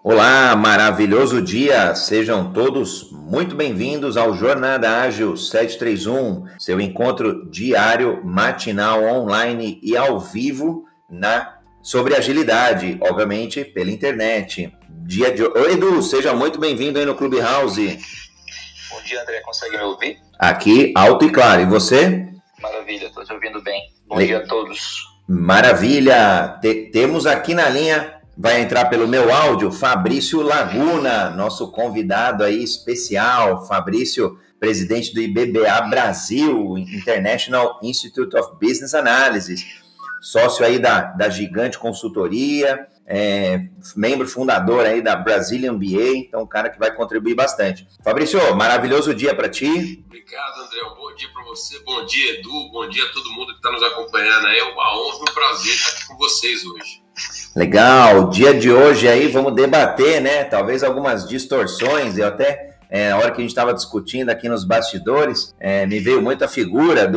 Olá, maravilhoso dia! Sejam todos muito bem-vindos ao Jornada Ágil 731, seu encontro diário, matinal, online e ao vivo sobre agilidade, obviamente pela internet. Oi, Edu, seja muito bem-vindo aí no Clubhouse. Bom dia, André. Consegue me ouvir? Aqui, alto e claro. E você? Maravilha, estou te ouvindo bem. Bom dia a todos. Maravilha! Temos aqui na linha... Vai entrar pelo meu áudio, Fabrício Laguna, nosso convidado aí especial. Fabrício, presidente do IBBA Brasil, International Institute of Business Analysis, sócio aí da Gigante Consultoria, membro fundador aí da Brazilian MBA, então um cara que vai contribuir bastante. Fabrício, maravilhoso dia para ti. Obrigado, André. Um bom dia para você, bom dia, Edu, bom dia a todo mundo que está nos acompanhando. É uma honra e um prazer estar aqui com vocês hoje. Legal, dia de hoje aí vamos debater, né, talvez algumas distorções, eu até, na hora que a gente estava discutindo aqui nos bastidores, me veio muito a figura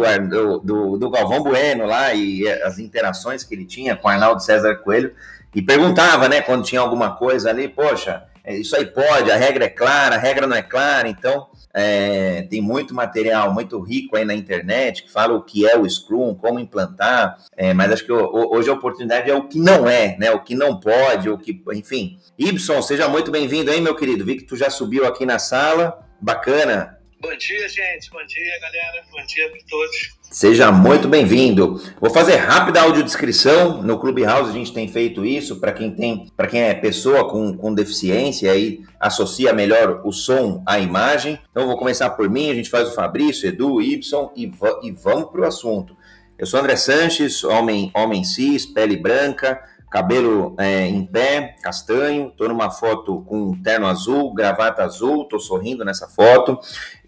do Galvão Bueno lá e as interações que ele tinha com Arnaldo César Coelho, e perguntava, né, quando tinha alguma coisa ali, poxa, isso aí pode, a regra é clara, a regra não é clara, então tem muito material muito rico aí na internet que fala o que é o Scrum, como implantar, mas acho que hoje a oportunidade é o que não é, né? O que não pode, o que, enfim. Ibson, seja muito bem-vindo aí, meu querido. Vi que tu já subiu aqui na sala, bacana. Bom dia, gente. Bom dia, galera. Bom dia para todos. Seja muito bem-vindo. Vou fazer rápida audiodescrição. No Clubhouse a gente tem feito isso para quem é pessoa com deficiência, aí associa melhor o som à imagem. Então vou começar por mim, a gente faz o Fabrício, Edu, Ibson e vamos para o assunto. Eu sou André Sanches, homem cis, pele branca, cabelo em pé, castanho, estou numa foto com um terno azul, gravata azul, estou sorrindo nessa foto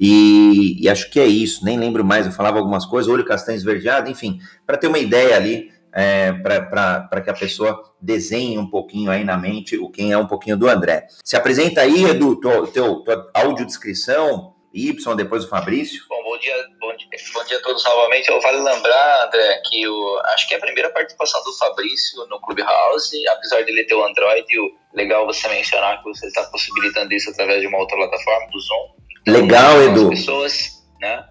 e acho que é isso, nem lembro mais, eu falava algumas coisas, olho castanho esverdeado, enfim, para ter uma ideia ali, para que a pessoa desenhe um pouquinho aí na mente quem é um pouquinho do André. Se apresenta aí, Edu, tua audiodescrição, Y, depois o Fabrício. Bom dia a todos novamente. Eu vale lembrar, André, que acho que é a primeira participação do Fabrício no Clubhouse, apesar dele ter o Android, legal você mencionar que você está possibilitando isso através de uma outra plataforma, do Zoom. Legal, Edu. Pessoas, né?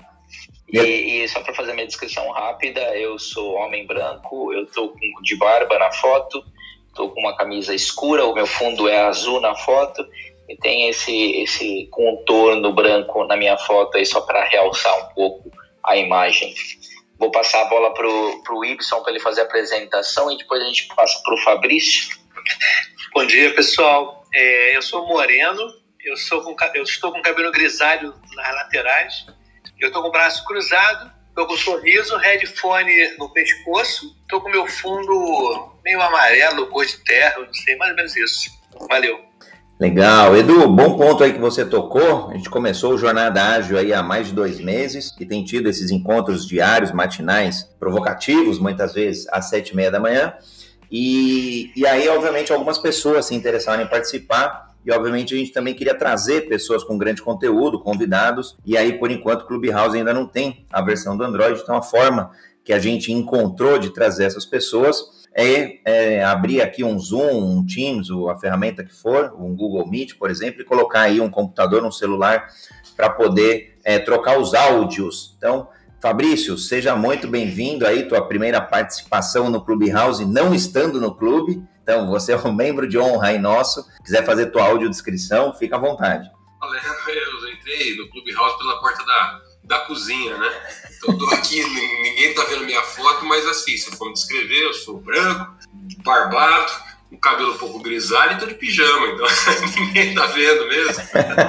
E só para fazer minha descrição rápida, eu sou homem branco, eu estou de barba na foto, estou com uma camisa escura, o meu fundo é azul na foto, e tem esse contorno branco na minha foto aí só para realçar um pouco a imagem. Vou passar a bola pro Ibson para ele fazer a apresentação e depois a gente passa pro Fabrício. Bom dia, pessoal. Eu sou moreno, eu estou com cabelo grisalho nas laterais, eu estou com o braço cruzado, estou com um sorriso, headphone no pescoço, estou com meu fundo meio amarelo, cor de terra, não sei, mais ou menos isso. Valeu. Legal. Edu, bom ponto aí que você tocou. A gente começou o Jornada Ágil aí há mais de 2 meses e tem tido esses encontros diários, matinais, provocativos, muitas vezes às 7h30 da manhã. E aí, obviamente, algumas pessoas se interessaram em participar e, obviamente, a gente também queria trazer pessoas com grande conteúdo, convidados. E aí, por enquanto, o Clubhouse ainda não tem a versão do Android, então a forma que a gente encontrou de trazer essas pessoas abrir aqui um Zoom, um Teams, a ferramenta que for, um Google Meet, por exemplo, e colocar aí um computador, um celular, para poder trocar os áudios. Então, Fabrício, seja muito bem-vindo aí, tua primeira participação no Clubhouse, não estando no clube. Então, você é um membro de honra aí nosso. Quiser fazer tua audiodescrição, fica à vontade. Eu entrei no Clubhouse pela porta da cozinha, né? Então, eu tô aqui, ninguém tá vendo minha foto, mas assim, se eu for me descrever, eu sou branco, barbado, com o cabelo um pouco grisalho e tô de pijama, então ninguém tá vendo mesmo.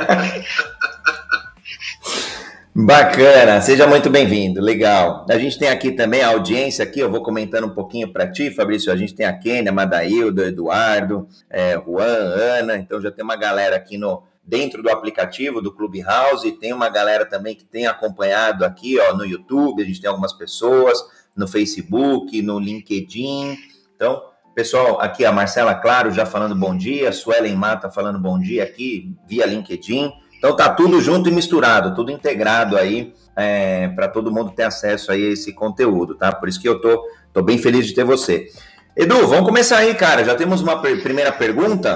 Bacana, seja muito bem-vindo, legal. A gente tem aqui também a audiência aqui, eu vou comentando um pouquinho para ti, Fabrício, a gente tem a Kênia, a Madaildo, Eduardo, Juan, Ana, então já tem uma galera aqui dentro do aplicativo do Clubhouse, e tem uma galera também que tem acompanhado aqui, no YouTube, a gente tem algumas pessoas, no Facebook, no LinkedIn. Então, pessoal, aqui a Marcela Claro já falando bom dia, a Suelen Mata falando bom dia aqui via LinkedIn. Então tá tudo junto e misturado, tudo integrado aí, para todo mundo ter acesso aí a esse conteúdo, tá? Por isso que eu tô bem feliz de ter você. Edu, vamos começar aí, cara. Já temos uma primeira pergunta.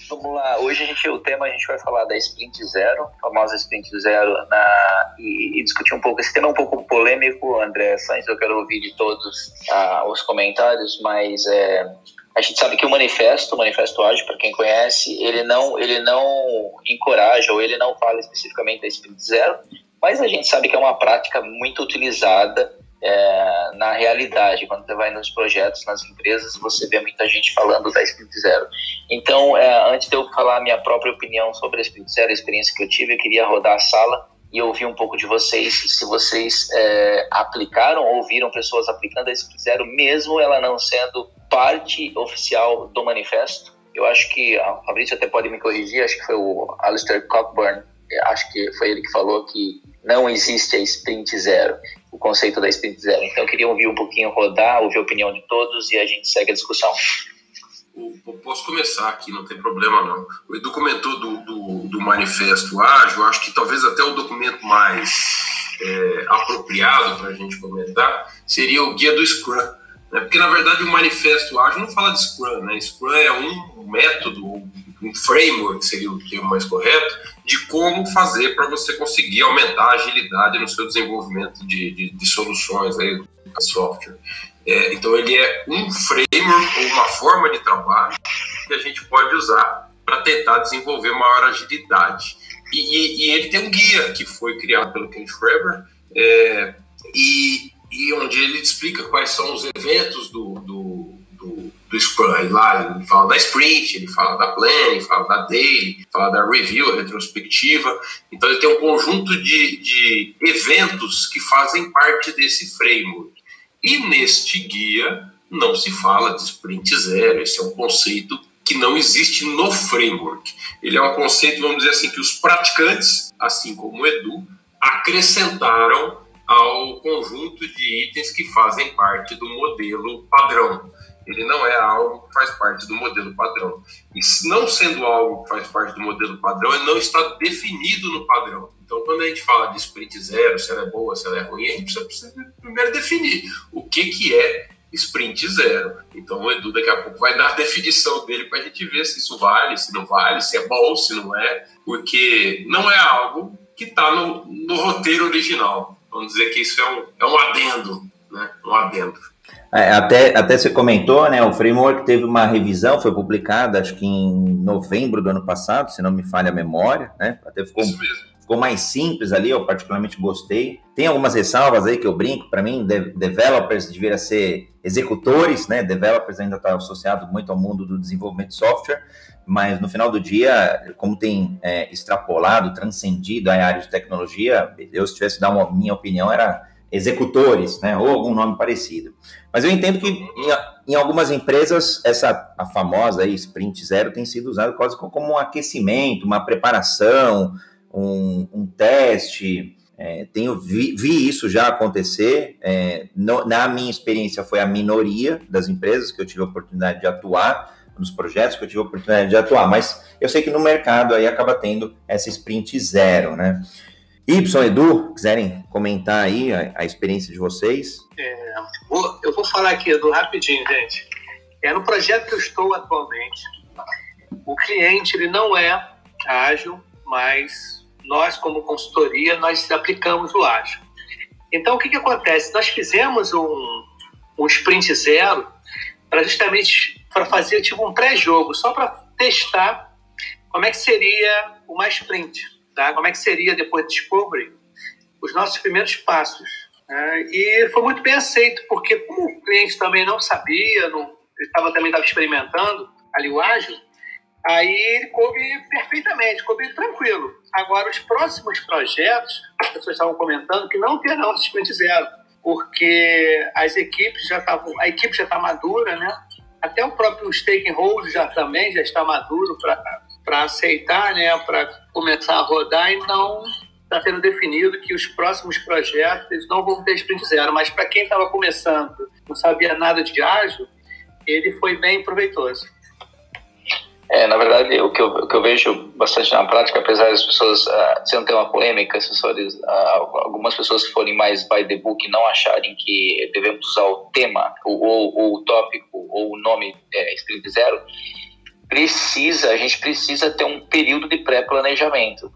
Vamos lá, hoje a gente vai falar da Sprint Zero, a famosa Sprint Zero, e discutir um pouco, esse tema é um pouco polêmico, André, antes eu quero ouvir de todos os comentários, mas a gente sabe que o Manifesto Ágil, para quem conhece, ele não encoraja ou ele não fala especificamente da Sprint Zero, mas a gente sabe que é uma prática muito utilizada na realidade. Quando você vai nos projetos, nas empresas, você vê muita gente falando da Sprint Zero. Então, antes de eu falar a minha própria opinião sobre a Sprint Zero, a experiência que eu tive, eu queria rodar a sala e ouvir um pouco de vocês, se vocês aplicaram ou viram pessoas aplicando a Sprint Zero, mesmo ela não sendo parte oficial do manifesto. Eu acho que, o Fabrício até pode me corrigir, acho que foi o Alistair Cockburn, acho que foi ele que falou que não existe a Sprint Zero, o conceito da Sprint Zero. Então eu queria ouvir um pouquinho, rodar, ouvir a opinião de todos e a gente segue a discussão. Eu posso começar aqui, não tem problema não. O Edu comentou do Manifesto Ágil, acho que talvez até o documento mais apropriado para a gente comentar seria o Guia do Scrum, né? Porque na verdade o Manifesto Ágil não fala de Scrum, né? Scrum é um método, um framework, seria o termo mais correto, de como fazer para você conseguir aumentar a agilidade no seu desenvolvimento de soluções aí do software. Então ele é um framework ou uma forma de trabalho que a gente pode usar para tentar desenvolver maior agilidade. E ele tem um guia que foi criado pelo Ken Schreiber, e onde ele explica quais são os eventos do Scrum. E lá ele fala da Sprint, ele fala da Planning, fala da Daily, fala da Review, a retrospectiva. Então ele tem um conjunto de eventos que fazem parte desse framework. E neste guia não se fala de Sprint Zero. Esse é um conceito que não existe no framework. Ele é um conceito, vamos dizer assim, que os praticantes, assim como o Edu, acrescentaram ao conjunto de itens que fazem parte do modelo padrão. Ele não é algo que faz parte do modelo padrão. E não sendo algo que faz parte do modelo padrão, ele não está definido no padrão. Então, quando a gente fala de Sprint Zero, se ela é boa, se ela é ruim, a gente precisa primeiro definir o que é Sprint Zero. Então, o Edu daqui a pouco vai dar a definição dele para a gente ver se isso vale, se não vale, se é bom, se não é, porque não é algo que está no roteiro original. Vamos dizer que isso é um adendo, né? Um adendo. Até você comentou, né? O framework teve uma revisão, foi publicada acho que em novembro do ano passado, se não me falha a memória, né? Até ficou mais simples ali, eu particularmente gostei. Tem algumas ressalvas aí que eu brinco, para mim, developers deveria ser executores, né? Developers ainda está associado muito ao mundo do desenvolvimento de software, mas no final do dia, como tem extrapolado, transcendido a área de tecnologia, eu, se tivesse que dar uma minha opinião, era executores, né, ou algum nome parecido. Mas eu entendo que em algumas empresas a famosa aí, Sprint Zero tem sido usada quase como um aquecimento, uma preparação, um teste. Vi isso já acontecer. Na minha experiência foi a minoria das empresas que eu tive a oportunidade de atuar, nos projetos que eu tive a oportunidade de atuar, mas eu sei que no mercado aí acaba tendo essa Sprint Zero, né? Y, Edu, quiserem comentar aí a experiência de vocês? Eu vou falar aqui, Edu, rapidinho, gente. No projeto que eu estou atualmente, o cliente ele não é ágil, mas nós, como consultoria, nós aplicamos o ágil. Então, o que acontece? Nós fizemos um Sprint Zero para fazer tipo um pré-jogo, só para testar como é que seria uma sprint, tá? Como é que seria depois de Discovery os nossos primeiros passos. E foi muito bem aceito, porque como o cliente também não sabia, ele também estava experimentando ali o ágil, aí ele coube perfeitamente, coube tranquilo. Agora, os próximos projetos, as pessoas estavam comentando que não terão esse Sprint Zero, porque a equipe já está madura, né? Até o próprio stakeholder já está maduro para aceitar, né? Para começar a rodar, e não está sendo definido que os próximos projetos eles não vão ter Sprint Zero. Mas para quem estava começando, não sabia nada de ágil, ele foi bem proveitoso. Na verdade, o que eu vejo bastante na prática, apesar das pessoas, sendo ter uma polêmica, algumas pessoas que forem mais by the book não acharem que devemos usar o tema, ou o tópico, ou o nome Sprint Zero, a gente precisa ter um período de pré-planejamento.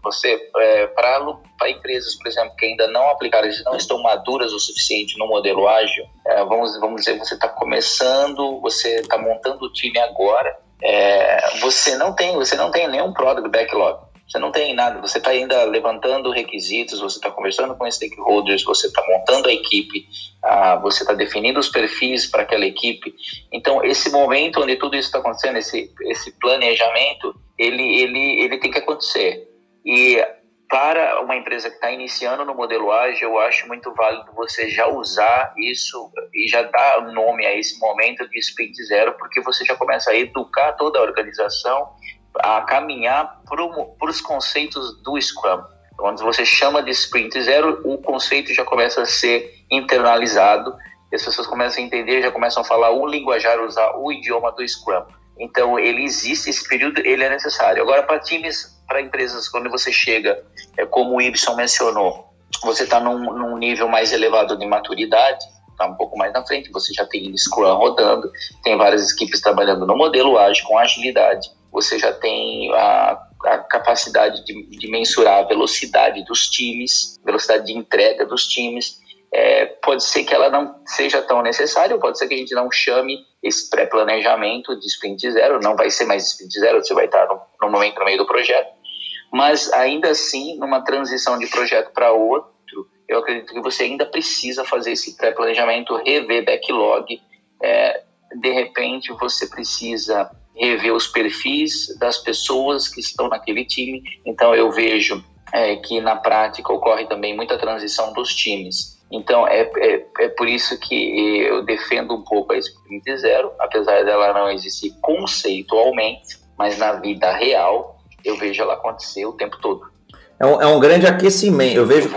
Para empresas, por exemplo, que ainda não aplicaram, não estão maduras o suficiente no modelo ágil, vamos dizer, você está começando, você está montando o time agora, você não tem nenhum product backlog. Você não tem nada, você está ainda levantando requisitos, você está conversando com stakeholders, você está montando a equipe, você está definindo os perfis para aquela equipe. Então, esse momento onde tudo isso está acontecendo, esse planejamento, ele tem que acontecer. E para uma empresa que está iniciando no modelo ágil, eu acho muito válido você já usar isso e já dar nome a esse momento de Sprint Zero, porque você já começa a educar toda a organização a caminhar para os conceitos do Scrum. Quando você chama de Sprint Zero, o conceito já começa a ser internalizado, e as pessoas começam a entender, já começam a falar o linguajar, usar o idioma do Scrum. Então, ele existe, esse período ele é necessário. Agora, para times, para empresas, quando você chega, como o Ibson mencionou, você está num nível mais elevado de maturidade, está um pouco mais na frente, você já tem Scrum rodando, tem várias equipes trabalhando no modelo ágil, com agilidade, você já tem a capacidade de mensurar a velocidade dos times, velocidade de entrega dos times. Pode ser que ela não seja tão necessária, pode ser que a gente não chame esse pré-planejamento de Sprint Zero, não vai ser mais Sprint Zero, você vai estar no momento no meio do projeto, mas ainda assim, numa transição de projeto para outro, eu acredito que você ainda precisa fazer esse pré-planejamento, rever backlog, de repente você precisa rever os perfis das pessoas que estão naquele time. Então eu vejo que na prática ocorre também muita transição dos times. Então é por isso que eu defendo um pouco a Sprint Zero, apesar dela não existir conceitualmente, mas na vida real eu vejo ela acontecer o tempo todo. É um grande aquecimento. Eu vejo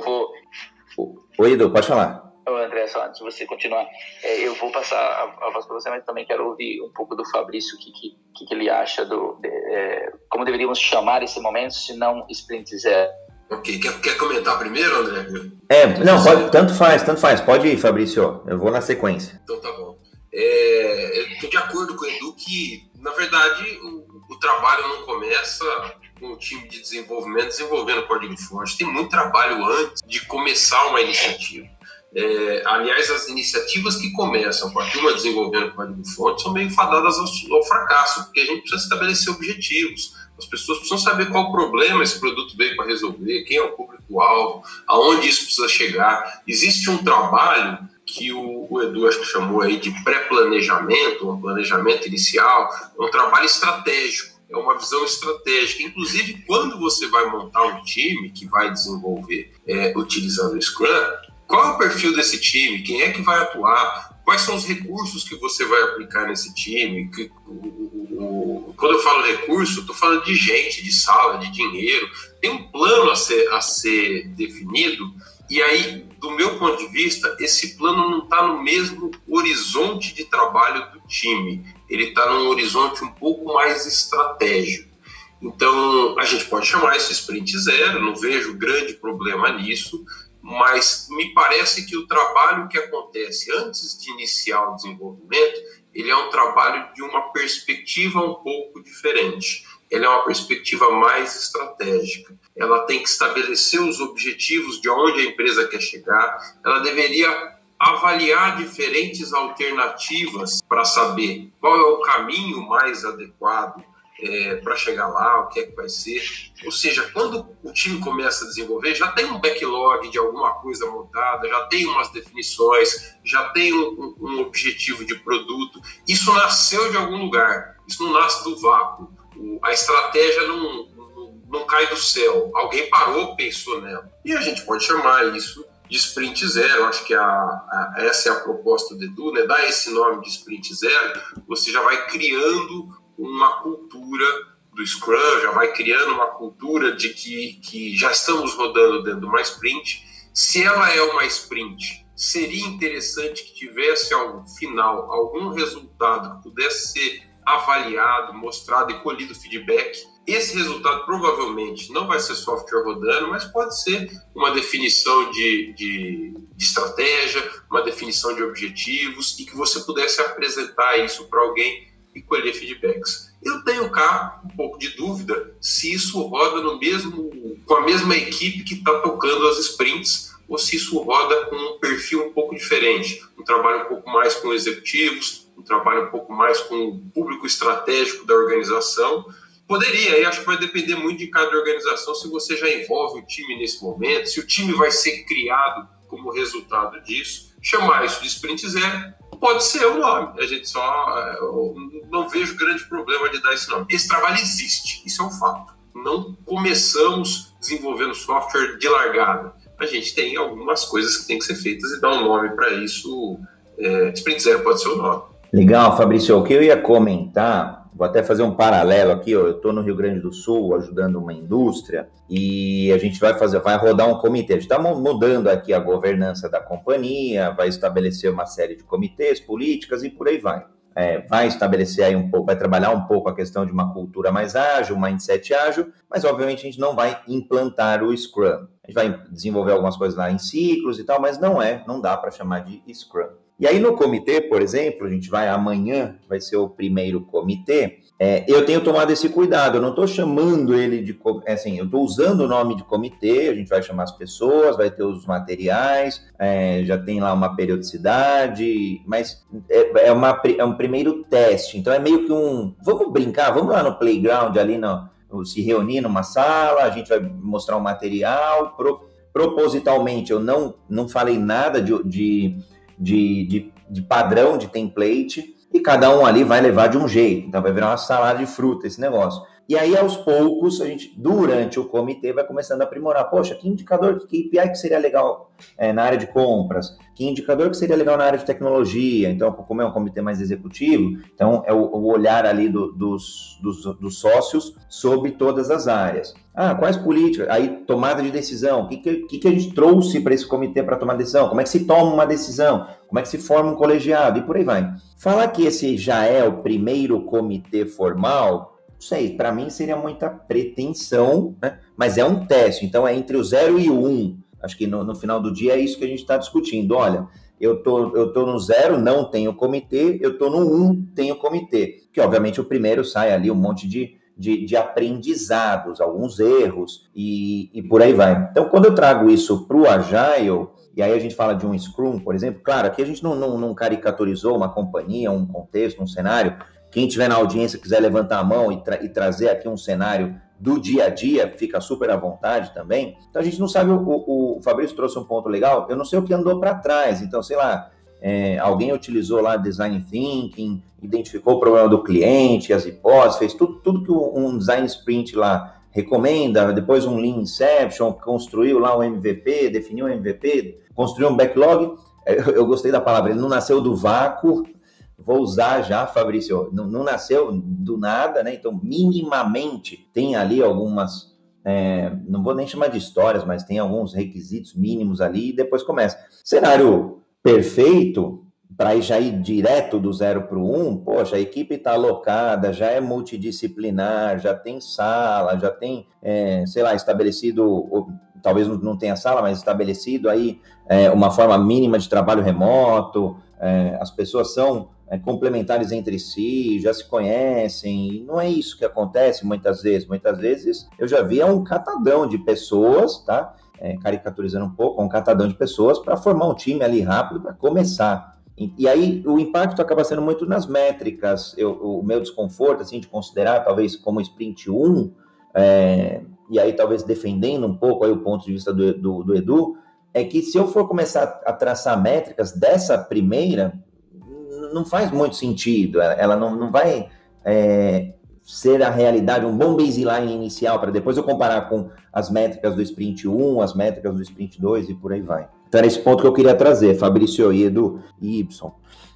Oi, Edu, pode falar. André, só antes de você continuar, eu vou passar a voz para você, mas também quero ouvir um pouco do Fabrício, o que ele acha como deveríamos chamar esse momento, se não Sprint Zero. Ok, quer comentar primeiro, André? Tanto faz, pode ir, Fabrício, eu vou na sequência. Então tá bom. Eu estou de acordo com o Edu que, na verdade, o trabalho não começa com o time de desenvolvimento desenvolvendo código-fonte. Tem muito trabalho antes de começar uma iniciativa. Aliás, as iniciativas que começam com a turma desenvolvendo código-fonte são meio fadadas ao fracasso, porque a gente precisa estabelecer objetivos. As pessoas precisam saber qual problema esse produto veio para resolver, quem é o público-alvo, aonde isso precisa chegar. Existe um trabalho que o Edu acho que chamou aí de pré-planejamento, um planejamento inicial, é um trabalho estratégico. É uma visão estratégica. Inclusive, quando você vai montar um time que vai desenvolver utilizando o Scrum, qual é o perfil desse time? Quem é que vai atuar? Quais são os recursos que você vai aplicar nesse time? Quando eu falo recurso, eu estou falando de gente, de sala, de dinheiro. Tem um plano a ser definido. E aí, do meu ponto de vista, esse plano não está no mesmo horizonte de trabalho do time. Ele está num horizonte um pouco mais estratégico. Então, a gente pode chamar isso de Sprint Zero, não vejo grande problema nisso, mas me parece que o trabalho que acontece antes de iniciar o desenvolvimento, ele é um trabalho de uma perspectiva um pouco diferente. Ele é uma perspectiva mais estratégica. Ela tem que estabelecer os objetivos de onde a empresa quer chegar. Ela deveria avaliar diferentes alternativas para saber qual é o caminho mais adequado para chegar lá, o que é que vai ser. Ou seja, quando o time começa a desenvolver, já tem um backlog de alguma coisa montada, já tem umas definições, já tem um objetivo de produto. Isso nasceu de algum lugar, isso não nasce do vácuo. A estratégia não cai do céu, alguém parou, pensou nela. E a gente pode chamar isso de Sprint Zero. Acho que essa é a proposta do Edu, né? Dar esse nome de Sprint Zero, você já vai criando uma cultura do Scrum, já vai criando uma cultura de que já estamos rodando dentro de uma sprint. Se ela é uma sprint, seria interessante que tivesse ao final algum resultado que pudesse ser avaliado, mostrado e colhido feedback. Esse resultado provavelmente não vai ser software rodando, mas pode ser uma definição de estratégia, uma definição de objetivos, e que você pudesse apresentar isso para alguém e colher feedbacks. Eu tenho cá um pouco de dúvida se isso roda com a mesma equipe que está tocando as sprints, ou se isso roda com um perfil um pouco diferente, um trabalho um pouco mais com executivos, um trabalho um pouco mais com o público estratégico da organização. Poderia, eu acho que vai depender muito de cada organização, se você já envolve o time nesse momento, se o time vai ser criado como resultado disso. Chamar isso de sprint zero pode ser o nome, a gente só não vejo grande problema de dar esse nome. Esse trabalho existe, isso é um fato. Não começamos desenvolvendo software de largada. A gente tem algumas coisas que têm que ser feitas e dar um nome para isso. Sprint zero pode ser o nome. Legal, Fabrício. O que eu ia comentar, vou até fazer um paralelo aqui, eu estou no Rio Grande do Sul ajudando uma indústria e a gente vai rodar um comitê. A gente está mudando aqui a governança da companhia, vai estabelecer uma série de comitês, políticas e por aí vai. Vai estabelecer aí um pouco, vai trabalhar um pouco a questão de uma cultura mais ágil, um mindset ágil, mas obviamente a gente não vai implantar o Scrum. A gente vai desenvolver algumas coisas lá em ciclos e tal, mas não dá para chamar de Scrum. E aí no comitê, por exemplo, amanhã vai ser o primeiro comitê, eu tenho tomado esse cuidado, eu não estou chamando ele de, eu estou usando o nome de comitê, a gente vai chamar as pessoas, vai ter os materiais, já tem lá uma periodicidade, mas é um primeiro teste, então é meio que vamos brincar, vamos lá no playground ali, se reunir numa sala, a gente vai mostrar um material, propositalmente eu não falei nada de padrão, de template, e cada um ali vai levar de um jeito, então vai virar uma salada de fruta esse negócio. E aí, aos poucos, a gente, durante o comitê, vai começando a aprimorar. Poxa, que indicador, que KPI que seria legal na área de compras? Que indicador que seria legal na área de tecnologia? Então, como é um comitê mais executivo, então é o olhar ali dos sócios sobre todas as áreas. Quais políticas? Aí, tomada de decisão. O que a gente trouxe para esse comitê para tomar decisão? Como é que se toma uma decisão? Como é que se forma um colegiado? E por aí vai. Falar que esse já é o primeiro comitê formal, não sei, para mim seria muita pretensão, né? Mas é um teste, então é entre o 0 e o 1. Acho que no final do dia é isso que a gente está discutindo. Olha, eu tô no 0, não tenho comitê, eu tô no 1, tenho comitê. Que obviamente o primeiro sai ali um monte de aprendizados, alguns erros e por aí vai. Então, quando eu trago isso para o Agile, e aí a gente fala de um Scrum, por exemplo, claro, aqui a gente não caricaturizou uma companhia, um contexto, um cenário. Quem tiver na audiência quiser levantar a mão e trazer aqui um cenário do dia a dia, fica super à vontade também. Então a gente não sabe, o Fabrício trouxe um ponto legal, eu não sei o que andou para trás, então sei lá, alguém utilizou lá Design Thinking, identificou o problema do cliente, as hipóteses, fez tudo que um Design Sprint lá recomenda, depois um Lean Inception, construiu lá um MVP, definiu um MVP, construiu um backlog. Eu gostei da palavra, ele não nasceu do vácuo. Vou usar já, Fabrício, não nasceu do nada, né? Então, minimamente, tem ali algumas, não vou nem chamar de histórias, mas tem alguns requisitos mínimos ali e depois começa. Cenário perfeito, para já ir direto do 0 para o 1, poxa, a equipe está alocada, já é multidisciplinar, já tem sala, já tem, estabelecido, talvez não tenha sala, mas estabelecido aí uma forma mínima de trabalho remoto, as pessoas são complementares entre si, já se conhecem, e não é isso que acontece muitas vezes. Muitas vezes eu já vi um catadão de pessoas, tá? Caricaturizando um pouco, um catadão de pessoas para formar um time ali rápido para começar. E aí o impacto acaba sendo muito nas métricas. O meu desconforto, assim, de considerar talvez como Sprint 1, e aí talvez defendendo um pouco aí o ponto de vista do Edu, é que se eu for começar a traçar métricas dessa primeira, não faz muito sentido, ela não vai ser a realidade, um bom baseline inicial, para depois eu comparar com as métricas do Sprint 1, as métricas do Sprint 2 e por aí vai. Então era esse ponto que eu queria trazer, Fabrício, Edu e Ibson.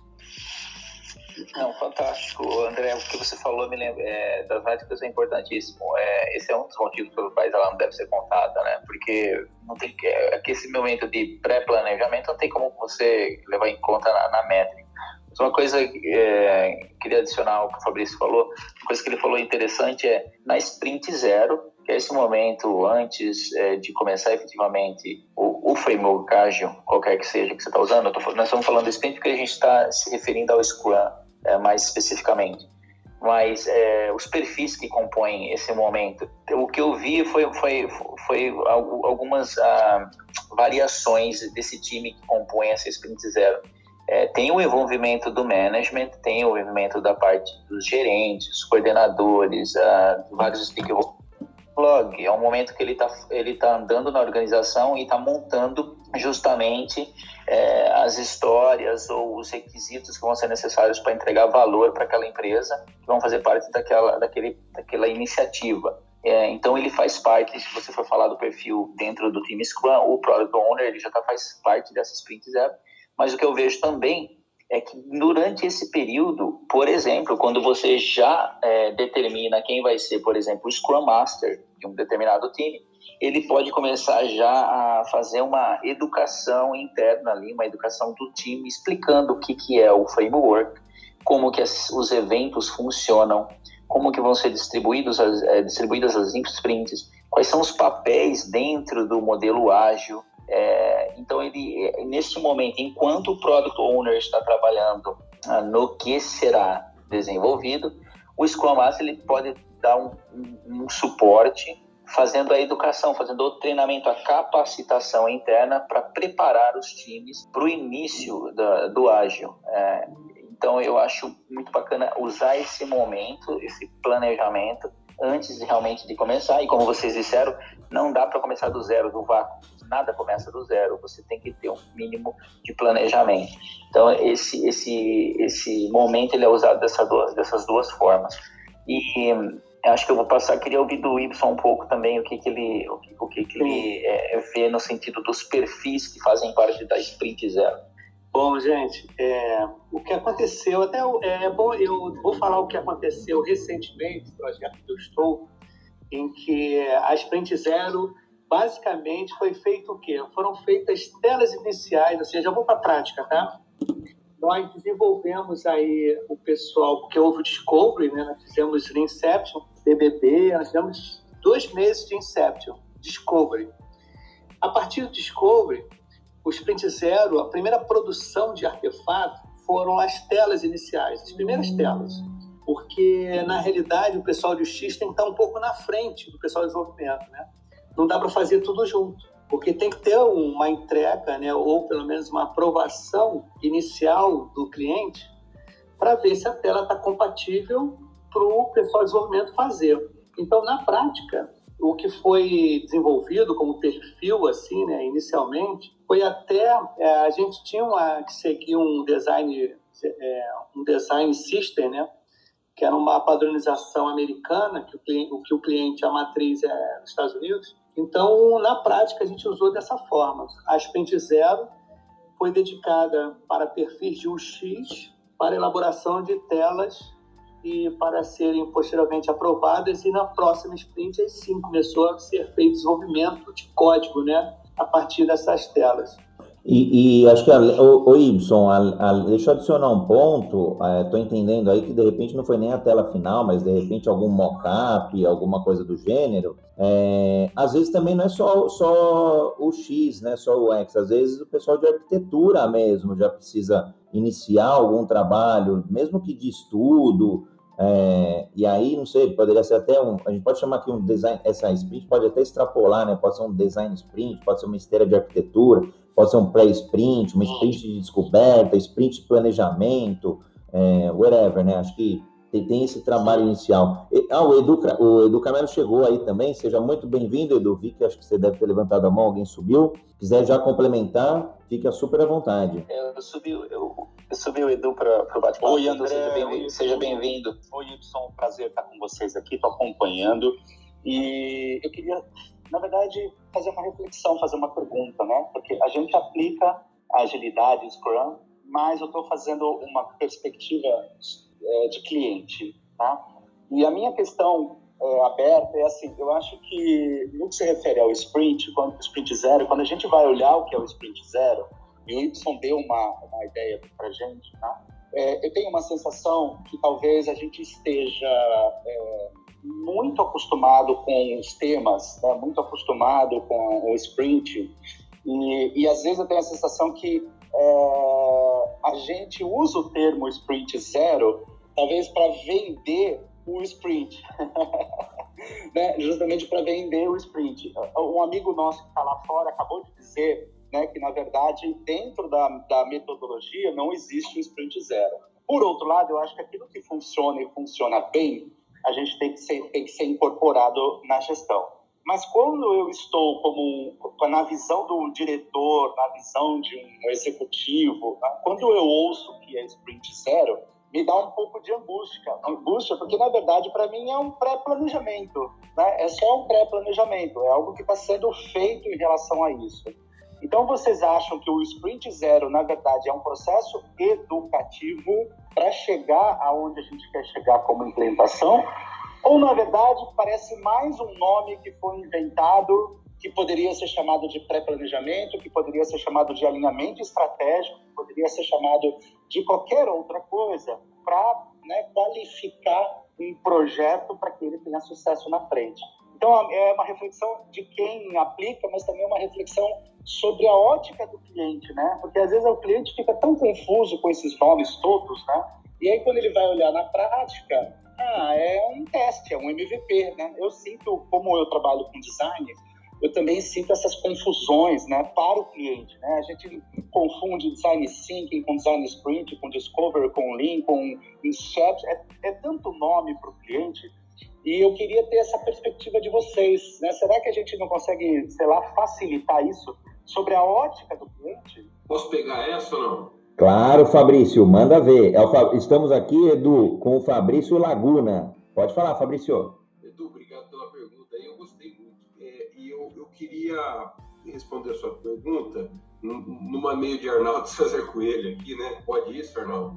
Não, fantástico, André, o que você falou me lembra, das métricas é importantíssimo. Esse é um dos motivos pelos quais ela não deve ser contada, né? Porque não tem aqui esse momento de pré-planejamento não tem como você levar em conta na métrica. Mas uma coisa queria adicionar ao que o Fabrício falou, uma coisa que ele falou interessante na Sprint 0, que é esse momento antes de começar efetivamente o framework ágil, qualquer que seja que você está usando. Nós estamos falando do Sprint porque a gente está se referindo ao Scrum mais especificamente. mas os perfis que compõem esse momento. O que eu vi foi algumas variações desse time que compõe essa Sprint Zero. Tem o envolvimento do management, tem o envolvimento da parte dos gerentes, coordenadores, vários stakeholders. É um momento que ele tá andando na organização e está montando justamente as histórias ou os requisitos que vão ser necessários para entregar valor para aquela empresa, que vão fazer parte daquela iniciativa. Então ele faz parte, se você for falar do perfil dentro do time Scrum, o Product Owner ele já faz parte dessa Sprint Zero, mas o que eu vejo também é que durante esse período, por exemplo, quando você já determina quem vai ser, por exemplo, o Scrum Master de um determinado time, ele pode começar já a fazer uma educação interna ali, uma educação do time, explicando o que é o framework, como que os eventos funcionam, como que vão ser distribuídas as sprints, quais são os papéis dentro do modelo ágil. Então, ele, neste momento, enquanto o Product Owner está trabalhando no que será desenvolvido, o Scrum Master ele pode dar um suporte, fazendo a educação, fazendo o treinamento, a capacitação interna para preparar os times para o início do ágil. Então, eu acho muito bacana usar esse momento, esse planejamento, antes realmente de começar. E como vocês disseram, não dá para começar do zero, do vácuo. Nada começa do zero. Você tem que ter um mínimo de planejamento. Então, esse momento ele é usado dessas duas formas. E acho que eu vou passar, queria ouvir do Ibson um pouco também o que ele vê no sentido dos perfis que fazem parte da Sprint Zero. Bom, gente, o que aconteceu, bom, eu vou falar o que aconteceu recentemente no projeto que eu estou, em que a Sprint Zero, basicamente, foi feito o quê? Foram feitas telas iniciais, ou seja, eu vou para a prática, tá? Nós desenvolvemos aí o pessoal, porque houve o Discovery, né? Nós fizemos Inception, BBB, nós tivemos 2 meses de Inception, Discovery. A partir do Discovery, o Sprint Zero, a primeira produção de artefato foram as telas iniciais, as primeiras telas. Porque, na realidade, o pessoal de UX tem que estar um pouco na frente do pessoal de desenvolvimento, né? Não dá para fazer tudo junto, porque tem que ter uma entrega, né? Ou pelo menos uma aprovação inicial do cliente para ver se a tela está compatível para o pessoal de desenvolvimento fazer. Então, na prática, o que foi desenvolvido como perfil, assim, né, inicialmente, foi até a gente tinha que seguir um design system, né, que era uma padronização americana, que o cliente, a matriz é nos Estados Unidos. Então, na prática, a gente usou dessa forma. A Sprint Zero foi dedicada para perfis de UX, para elaboração de telas e para serem posteriormente aprovadas, e na próxima sprint aí sim começou a ser feito desenvolvimento de código, né, a partir dessas telas. E acho que, o Ibson, deixa eu adicionar um ponto, estou entendendo aí que de repente não foi nem a tela final, mas de repente algum mock-up, alguma coisa do gênero, às vezes também não é só o X, né, só o X, às vezes o pessoal de arquitetura mesmo já precisa iniciar algum trabalho, mesmo que de estudo, e aí, não sei, poderia ser até a gente pode chamar aqui um design, essa sprint pode até extrapolar, né, pode ser um design sprint, pode ser uma esteira de arquitetura, pode ser um pré-sprint, uma sprint de descoberta, sprint de planejamento, whatever, né, acho que tem esse trabalho inicial. O Edu Camelo chegou aí também, seja muito bem-vindo, Edu, vi que acho que você deve ter levantado a mão, alguém subiu, quiser já complementar, fica super à vontade. Eu subi o Edu para o bate-papo. Oi, André. Seja bem-vindo. Oi, Ibson. Prazer estar com vocês aqui, estou acompanhando. E eu queria, na verdade, fazer uma reflexão, fazer uma pergunta, né? Porque a gente aplica a agilidade, o Scrum, mas eu estou fazendo uma perspectiva de cliente, tá? E a minha questão aberta é assim, eu acho que no que se refere ao Sprint, quando o Sprint Zero, quando a gente vai olhar o que é o Sprint Zero, e o Y deu uma ideia para a gente, tá? Eu tenho uma sensação que talvez a gente esteja muito acostumado com os temas, né? Muito acostumado com o Sprint, e às vezes eu tenho a sensação que a gente usa o termo Sprint Zero talvez para vender o sprint, né? Justamente para vender o sprint. Um amigo nosso que está lá fora acabou de dizer, né, que, na verdade, dentro da metodologia não existe um sprint zero. Por outro lado, eu acho que aquilo que funciona e funciona bem, a gente tem que ser incorporado na gestão. Mas quando eu estou na visão do diretor, na visão de um executivo, quando eu ouço que é sprint zero, me dá um pouco de angústia, porque, na verdade, para mim é um pré-planejamento, né? É só um pré-planejamento, é algo que está sendo feito em relação a isso. Então, vocês acham que o sprint zero, na verdade, é um processo educativo para chegar aonde a gente quer chegar como implementação? Ou, na verdade, parece mais um nome que foi inventado, que poderia ser chamado de pré-planejamento, que poderia ser chamado de alinhamento estratégico, que poderia ser chamado de qualquer outra coisa para, né, qualificar um projeto para que ele tenha sucesso na frente? Então, é uma reflexão de quem aplica, mas também é uma reflexão sobre a ótica do cliente, né? Porque, às vezes, o cliente fica tão confuso com esses nomes todos, né? E aí, quando ele vai olhar na prática, é um teste, é um MVP, né? Eu sinto, como eu trabalho com design, eu também sinto essas confusões, né, para o cliente, né? A gente confunde design thinking com design sprint, com discover, com lean, com incept, é tanto nome para o cliente. E eu queria ter essa perspectiva de vocês, né? Será que a gente não consegue, sei lá, facilitar isso sobre a ótica do cliente? Posso pegar essa ou não? Claro, Fabrício, manda ver. Estamos aqui, Edu, com o Fabrício Laguna. Pode falar, Fabrício. Edu, obrigado pela pergunta. Eu gostei muito. E eu queria responder a sua pergunta numa meio de Arnaldo César Coelho aqui, né? Pode isso, Arnaldo,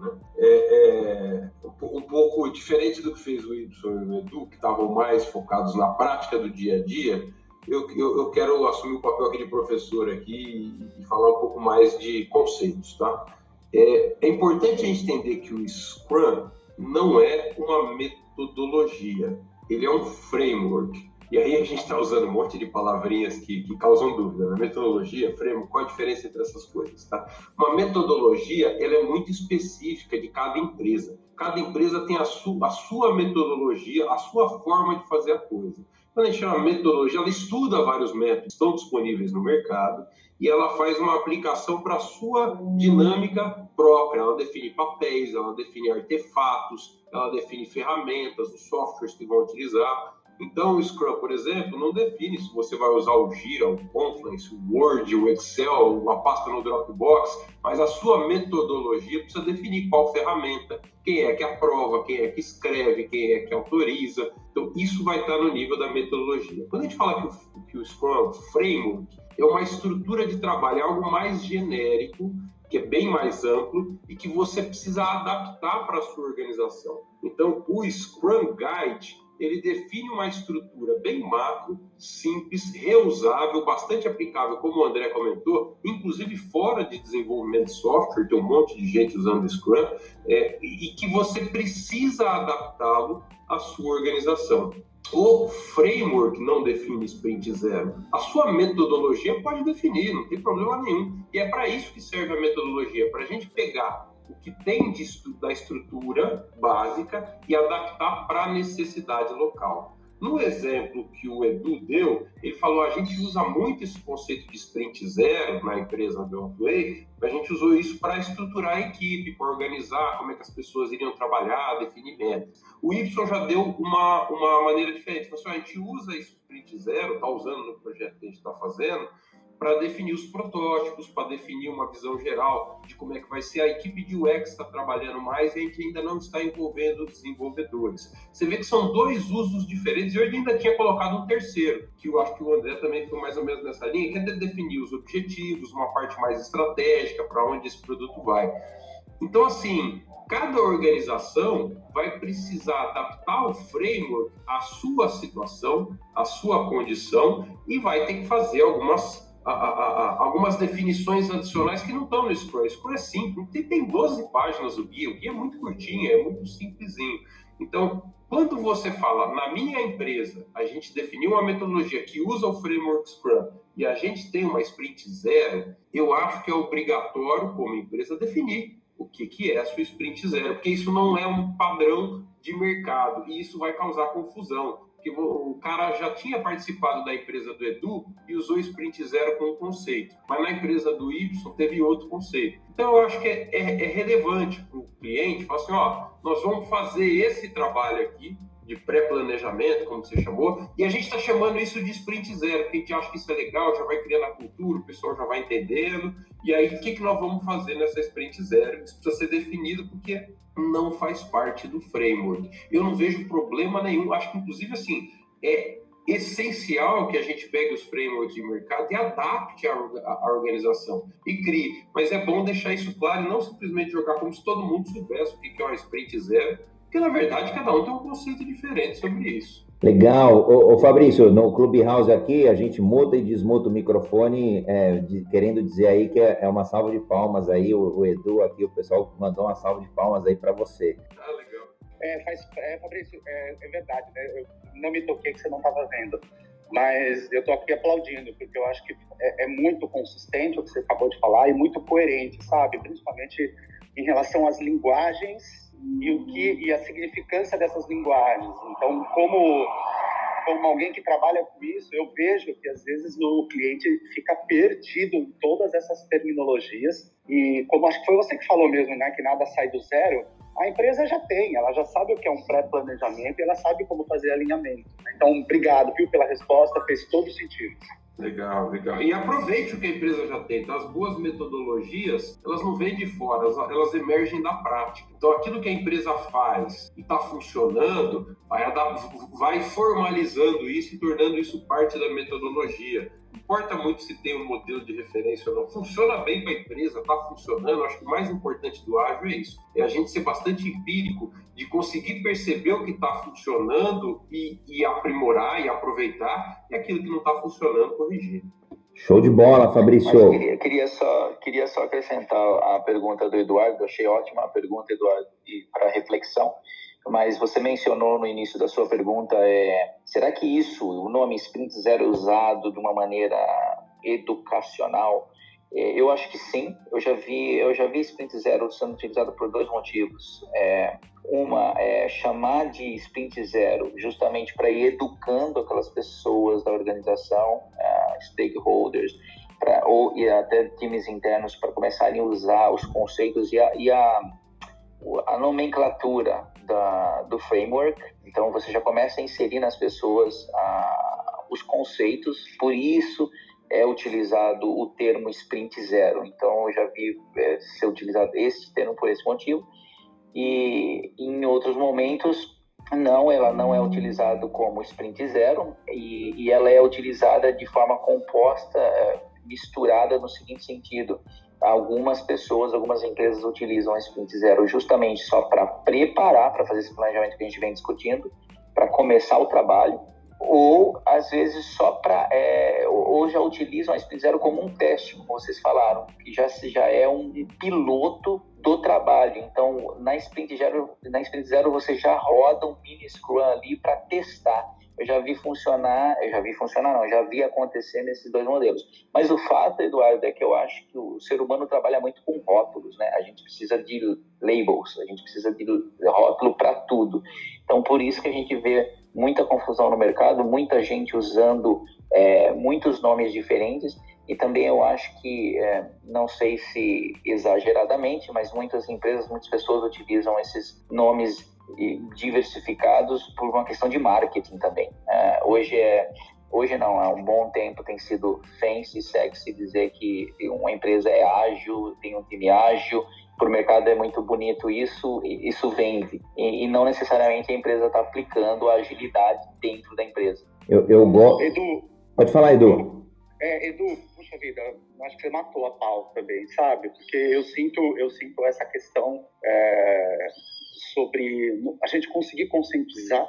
né? Um pouco diferente do que fez o Y e o Edu, que estavam mais focados na prática do dia a dia. Eu quero assumir o papel aqui de professor aqui e falar um pouco mais de conceitos, tá? É importante a gente entender que o Scrum não é uma metodologia, ele é um framework. E aí a gente está usando um monte de palavrinhas que causam dúvida, né? Metodologia, framework, qual a diferença entre essas coisas, tá? Uma metodologia, ela é muito específica de cada empresa. Cada empresa tem a sua metodologia, a sua forma de fazer a coisa. Quando a gente chama metodologia, ela estuda vários métodos que estão disponíveis no mercado e ela faz uma aplicação para a sua dinâmica própria. Ela define papéis, ela define artefatos, ela define ferramentas, os softwares que vão utilizar. Então, o Scrum, por exemplo, não define se você vai usar o Jira, o Confluence, o Word, o Excel, uma pasta no Dropbox, mas a sua metodologia precisa definir qual ferramenta, quem é que aprova, quem é que escreve, quem é que autoriza. Então, isso vai estar no nível da metodologia. Quando a gente fala que o Scrum é um framework, é uma estrutura de trabalho, é algo mais genérico, que é bem mais amplo e que você precisa adaptar para a sua organização. Então, o Scrum Guide, ele define uma estrutura bem macro, simples, reusável, bastante aplicável, como o André comentou, inclusive fora de desenvolvimento de software, tem um monte de gente usando Scrum, e que você precisa adaptá-lo à sua organização. O framework não define sprint zero. A sua metodologia pode definir, não tem problema nenhum. E é para isso que serve a metodologia, para a gente pegar o que tem da estrutura básica e adaptar para a necessidade local. No exemplo que o Edu deu, ele falou, a gente usa muito esse conceito de sprint zero na empresa do Outway, a gente usou isso para estruturar a equipe, para organizar como é que as pessoas iriam trabalhar, definir metas. O Y já deu uma maneira diferente, falou assim, a gente usa esse sprint zero, está usando no projeto que a gente está fazendo, para definir os protótipos, para definir uma visão geral de como é que vai ser. A equipe de UX está trabalhando mais e a gente ainda não está envolvendo os desenvolvedores. Você vê que são dois usos diferentes e eu ainda tinha colocado um terceiro, que eu acho que o André também foi mais ou menos nessa linha, que é definir os objetivos, uma parte mais estratégica, para onde esse produto vai. Então, assim, cada organização vai precisar adaptar o framework à sua situação, à sua condição e vai ter que fazer algumas definições adicionais que não estão no Scrum. O Scrum é simples, tem 12 páginas o guia é muito curtinho, é muito simplesinho. Então, quando você fala, na minha empresa, a gente definiu uma metodologia que usa o framework Scrum e a gente tem uma sprint zero, eu acho que é obrigatório, como empresa, definir o que é a sua sprint zero, porque isso não é um padrão de mercado e isso vai causar confusão. Porque o cara já tinha participado da empresa do Edu e usou sprint zero como conceito, mas na empresa do Y teve outro conceito. Então eu acho que é relevante para o cliente falar assim, ó, nós vamos fazer esse trabalho aqui de pré-planejamento, como você chamou, e a gente está chamando isso de sprint zero, porque a gente acha que isso é legal, já vai criando a cultura, o pessoal já vai entendendo, e aí o que nós vamos fazer nessa sprint zero? Isso precisa ser definido porque não faz parte do framework. Eu não vejo problema nenhum, acho que inclusive assim, é essencial que a gente pegue os frameworks de mercado e adapte a organização e crie, mas é bom deixar isso claro e não simplesmente jogar como se todo mundo soubesse o que é uma sprint zero, porque, na verdade, cada um tem um conceito diferente sobre isso. Legal. Ô Fabrício, no Clubhouse aqui, a gente muta e desmuta o microfone, querendo dizer aí que é uma salva de palmas aí, o Edu aqui, o pessoal mandou uma salva de palmas aí para você. Ah, legal. Fabrício, é verdade, né? Eu não me toquei que você não estava vendo, mas eu estou aqui aplaudindo, porque eu acho que é muito consistente o que você acabou de falar e muito coerente, sabe? Principalmente em relação às linguagens e a significância dessas linguagens. Então, como alguém que trabalha com isso, eu vejo que às vezes o cliente fica perdido em todas essas terminologias e como acho que foi você que falou mesmo, né, que nada sai do zero, a empresa já tem, ela já sabe o que é um pré-planejamento e ela sabe como fazer alinhamento. Então, obrigado, viu, pela resposta, fez todo sentido. Legal, legal. E aproveite o que a empresa já tem. Então, as boas metodologias, elas não vêm de fora, elas emergem da prática. Então, aquilo que a empresa faz e está funcionando, vai formalizando isso e tornando isso parte da metodologia. Não importa muito se tem um modelo de referência ou não. Funciona bem para a empresa, está funcionando. Acho que o mais importante do ágil é isso. É a gente ser bastante empírico de conseguir perceber o que está funcionando e aprimorar e aproveitar e aquilo que não está funcionando, corrigir. Show de bola, Fabrício. Mas queria só acrescentar a pergunta do Eduardo. Achei ótima a pergunta, Eduardo, e para reflexão. Mas você mencionou no início da sua pergunta, será que o nome Sprint Zero é usado de uma maneira educacional? Eu acho que sim. Eu já vi Sprint Zero sendo utilizado por dois motivos. Uma é chamar de Sprint Zero justamente para ir educando aquelas pessoas da organização, stakeholders, e até times internos para começarem a usar os conceitos e a nomenclatura do framework. Então você já começa a inserir nas pessoas os conceitos, por isso é utilizado o termo Sprint Zero. Então eu já vi ser utilizado esse termo por esse motivo. E em outros momentos, ela não é utilizada como Sprint Zero e ela é utilizada de forma composta, misturada no seguinte sentido. Algumas empresas utilizam a Sprint Zero justamente só para preparar, para fazer esse planejamento que a gente vem discutindo, para começar o trabalho, ou às vezes só ou já utilizam a Sprint Zero como um teste, como vocês falaram, que já é um piloto do trabalho. Então, na Sprint Zero você já roda um mini Scrum ali para testar. Eu já vi acontecer nesses dois modelos. Mas o fato, Eduardo, é que eu acho que o ser humano trabalha muito com rótulos, né? A gente precisa de labels, a gente precisa de rótulo para tudo. Então, por isso que a gente vê muita confusão no mercado, muita gente usando muitos nomes diferentes, e também eu acho que, não sei se exageradamente, mas muitas empresas, muitas pessoas utilizam esses nomes diversificados por uma questão de marketing também. Hoje não, há um bom tempo tem sido fancy, sexy dizer que uma empresa é ágil, tem um time ágil, para o mercado é muito bonito isso vende. E não necessariamente a empresa está aplicando a agilidade dentro da empresa. Eu gosto. Edu, pode falar, Edu. Edu, puxa vida, acho que você matou a pau também, sabe? Porque eu sinto essa questão sobre a gente conseguir conscientizar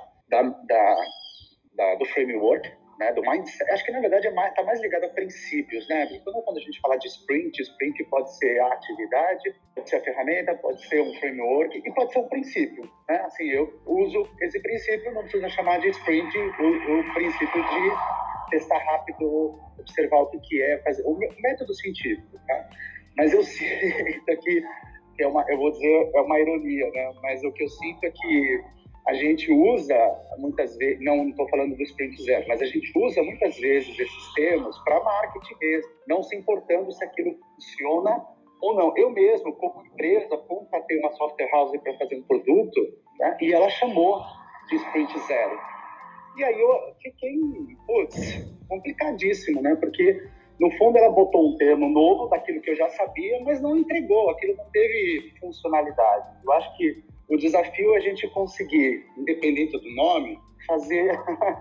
do framework, né, do mindset. Acho que na verdade está mais ligado a princípios, né? Porque quando a gente fala de sprint pode ser a atividade, pode ser a ferramenta, pode ser um framework e pode ser um princípio, né? Assim, eu uso esse princípio, não precisa chamar de sprint o princípio de testar rápido, observar o que é, fazer o método científico, tá? Mas eu sinto que que eu vou dizer, é uma ironia, né? Mas o que eu sinto é que a gente usa muitas vezes, não estou falando do Sprint Zero, mas a gente usa muitas vezes esses termos para marketing mesmo, não se importando se aquilo funciona ou não. Eu mesmo, como empresa, contratei uma software house para fazer um produto, né? E ela chamou de Sprint Zero. E aí eu fiquei, complicadíssimo, né? Porque, no fundo, ela botou um termo novo daquilo que eu já sabia, mas não entregou, aquilo não teve funcionalidade. Eu acho que o desafio é a gente conseguir, independente do nome, fazer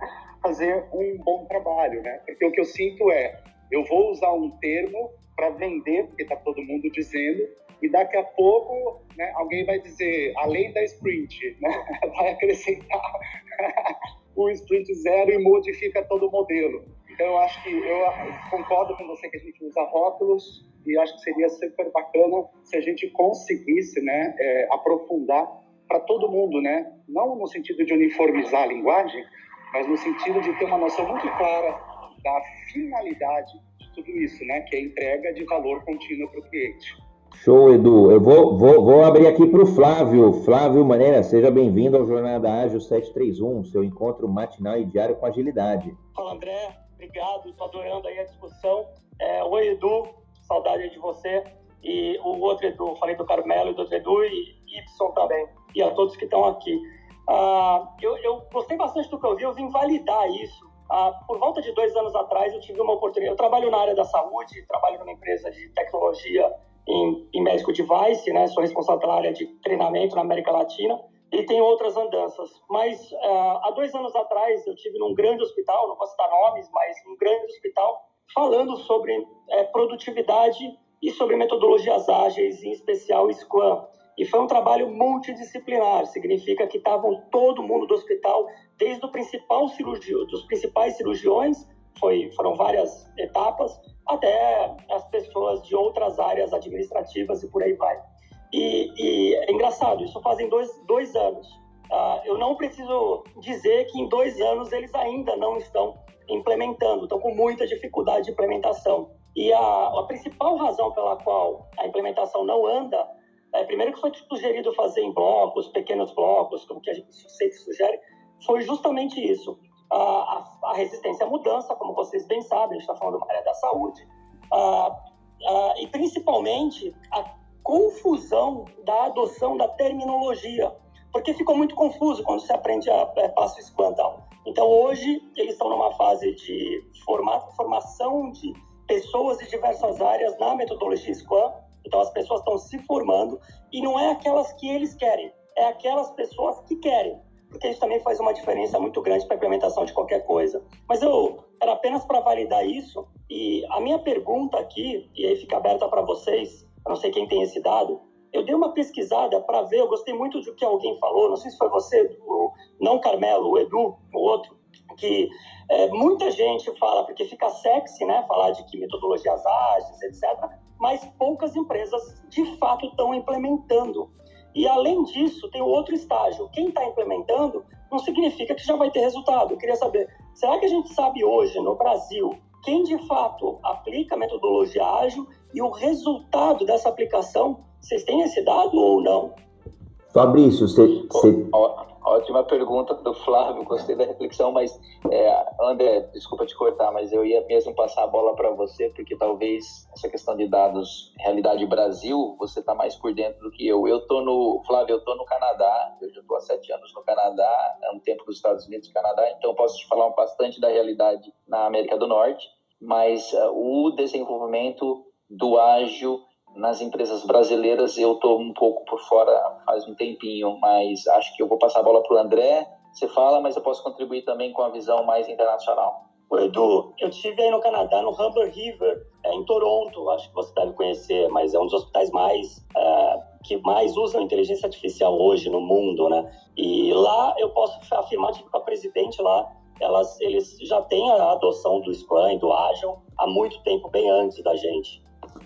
um bom trabalho, né? Porque o que eu sinto é, eu vou usar um termo para vender, porque está todo mundo dizendo, e daqui a pouco, né, alguém vai dizer, além da sprint, né, vai acrescentar o Sprint Zero e modifica todo o modelo. Então, eu acho que eu concordo com você que a gente usa rótulos e acho que seria super bacana se a gente conseguisse, né, aprofundar para todo mundo, né? Não no sentido de uniformizar a linguagem, mas no sentido de ter uma noção muito clara da finalidade de tudo isso, né? Que é a entrega de valor contínuo para o cliente. Show, Edu. Eu vou abrir aqui para o Flávio. Flávio Maneira, seja bem-vindo ao Jornada Ágil 731, seu encontro matinal e diário com agilidade. Fala, André. Obrigado. Estou adorando aí a discussão. Oi, Edu. Saudade de você. E o outro Edu, falei do Carmelo e do outro Edu e Y também. E a todos que estão aqui. Eu gostei bastante do que eu vi. Eu vim validar isso. Por volta de 2 anos atrás, eu tive uma oportunidade. Eu trabalho na área da saúde, trabalho numa empresa de tecnologia em medical device, né? Sou responsável pela área de treinamento na América Latina e tenho outras andanças. Mas há 2 anos atrás eu tive num grande hospital, não vou citar nomes, mas um grande hospital, falando sobre produtividade e sobre metodologias ágeis, em especial Scrum. E foi um trabalho multidisciplinar, significa que estavam todo mundo do hospital, desde o principal cirurgião, dos principais cirurgiões, foram várias etapas, até as pessoas de outras áreas administrativas e por aí vai. E é engraçado, isso fazem 2 anos. Eu não preciso dizer que em 2 anos eles ainda não estão implementando, estão com muita dificuldade de implementação. E a principal razão pela qual a implementação não anda, primeiro que foi sugerido fazer em blocos, pequenos blocos, como que a gente sempre sugere, foi justamente isso. A resistência à mudança, como vocês bem sabem, a gente está falando de uma área da saúde, e principalmente a confusão da adoção da terminologia, porque ficou muito confuso quando se aprende a passo Scrum. Então, hoje, eles estão numa fase de formação de pessoas de diversas áreas na metodologia Scrum. Então, as pessoas estão se formando e não é aquelas que eles querem, é aquelas pessoas que querem, porque isso também faz uma diferença muito grande para a implementação de qualquer coisa. Mas era apenas para validar isso, e a minha pergunta aqui, e aí fica aberta para vocês, eu não sei quem tem esse dado, eu dei uma pesquisada para ver, eu gostei muito do que alguém falou, não sei se foi você, não Carmelo, o Edu, o outro, que muita gente fala, porque fica sexy, né, falar de que metodologias ágeis, etc., mas poucas empresas, de fato, estão implementando. E, além disso, tem o outro estágio. Quem está implementando não significa que já vai ter resultado. Eu queria saber, será que a gente sabe hoje, no Brasil, quem, de fato, aplica a metodologia ágil e o resultado dessa aplicação, vocês têm esse dado ou não? Fabrício, você... Ótima pergunta do Flávio, gostei da reflexão, mas André, desculpa te cortar, mas eu ia mesmo passar a bola para você, porque talvez essa questão de dados, realidade Brasil, você está mais por dentro do que eu. Flávio, eu estou no Canadá, eu já estou há 7 anos no Canadá, há um tempo nos Estados Unidos e Canadá, então posso te falar bastante da realidade na América do Norte, mas o desenvolvimento do ágil nas empresas brasileiras eu estou um pouco por fora faz um tempinho, mas acho que eu vou passar a bola para o André. Você fala, mas eu posso contribuir também com a visão mais internacional. Edu, eu estive aí no Canadá, no Humber River, em Toronto, acho que você deve conhecer, mas é um dos hospitais que mais usam inteligência artificial hoje no mundo, né? E lá eu posso afirmar, tive com a presidente lá, eles já têm a adoção do Scrum e do Agile há muito tempo, bem antes da gente.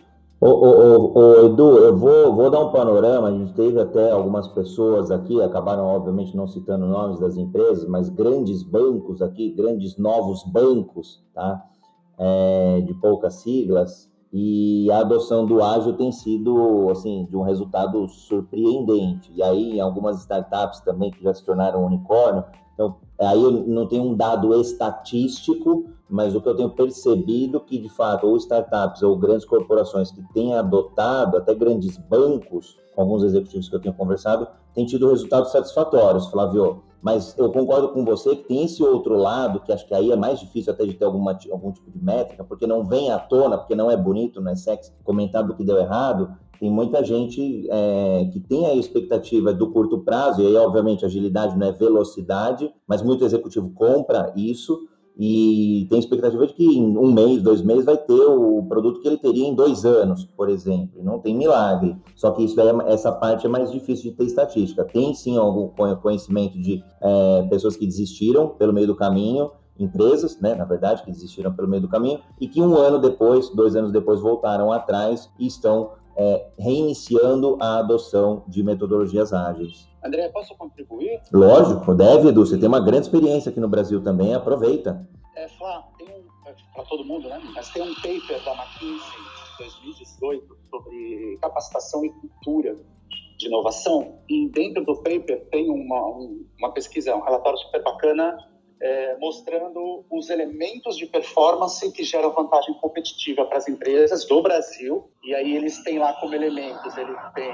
Edu, eu vou dar um panorama. A gente teve até algumas pessoas aqui, acabaram obviamente não citando nomes das empresas, mas grandes bancos aqui, grandes novos bancos, tá? De poucas siglas, e a adoção do ágil tem sido, assim, de um resultado surpreendente. E aí, em algumas startups também que já se tornaram unicórnio, então, aí eu não tenho um dado estatístico, mas o que eu tenho percebido que, de fato, ou startups ou grandes corporações que têm adotado, até grandes bancos, com alguns executivos que eu tenho conversado, têm tido resultados satisfatórios, Flávio. Mas eu concordo com você que tem esse outro lado, que acho que aí é mais difícil até de ter algum tipo de métrica, porque não vem à tona, porque não é bonito, não é sexy, comentar do que deu errado. Tem muita gente que tem a expectativa do curto prazo, e aí, obviamente, agilidade não é velocidade, mas muito executivo compra isso, e tem expectativa de que em 1 mês, 2 meses vai ter o produto que ele teria em 2 anos, por exemplo. Não tem milagre. Só que isso daí, essa parte é mais difícil de ter estatística. Tem sim algum conhecimento de pessoas que desistiram pelo meio do caminho, empresas, né, na verdade, que desistiram pelo meio do caminho, e que 1 ano depois, 2 anos depois, voltaram atrás e estão reiniciando a adoção de metodologias ágeis. André, posso contribuir? Lógico, deve, Edu. Você tem uma grande experiência aqui no Brasil também, aproveita. Flá, tem para todo mundo, né? Mas tem um paper da McKinsey, de 2018, sobre capacitação e cultura de inovação. E dentro do paper tem uma pesquisa, um relatório super bacana, mostrando os elementos de performance que geram vantagem competitiva para as empresas do Brasil. E aí eles têm lá como elementos, ele tem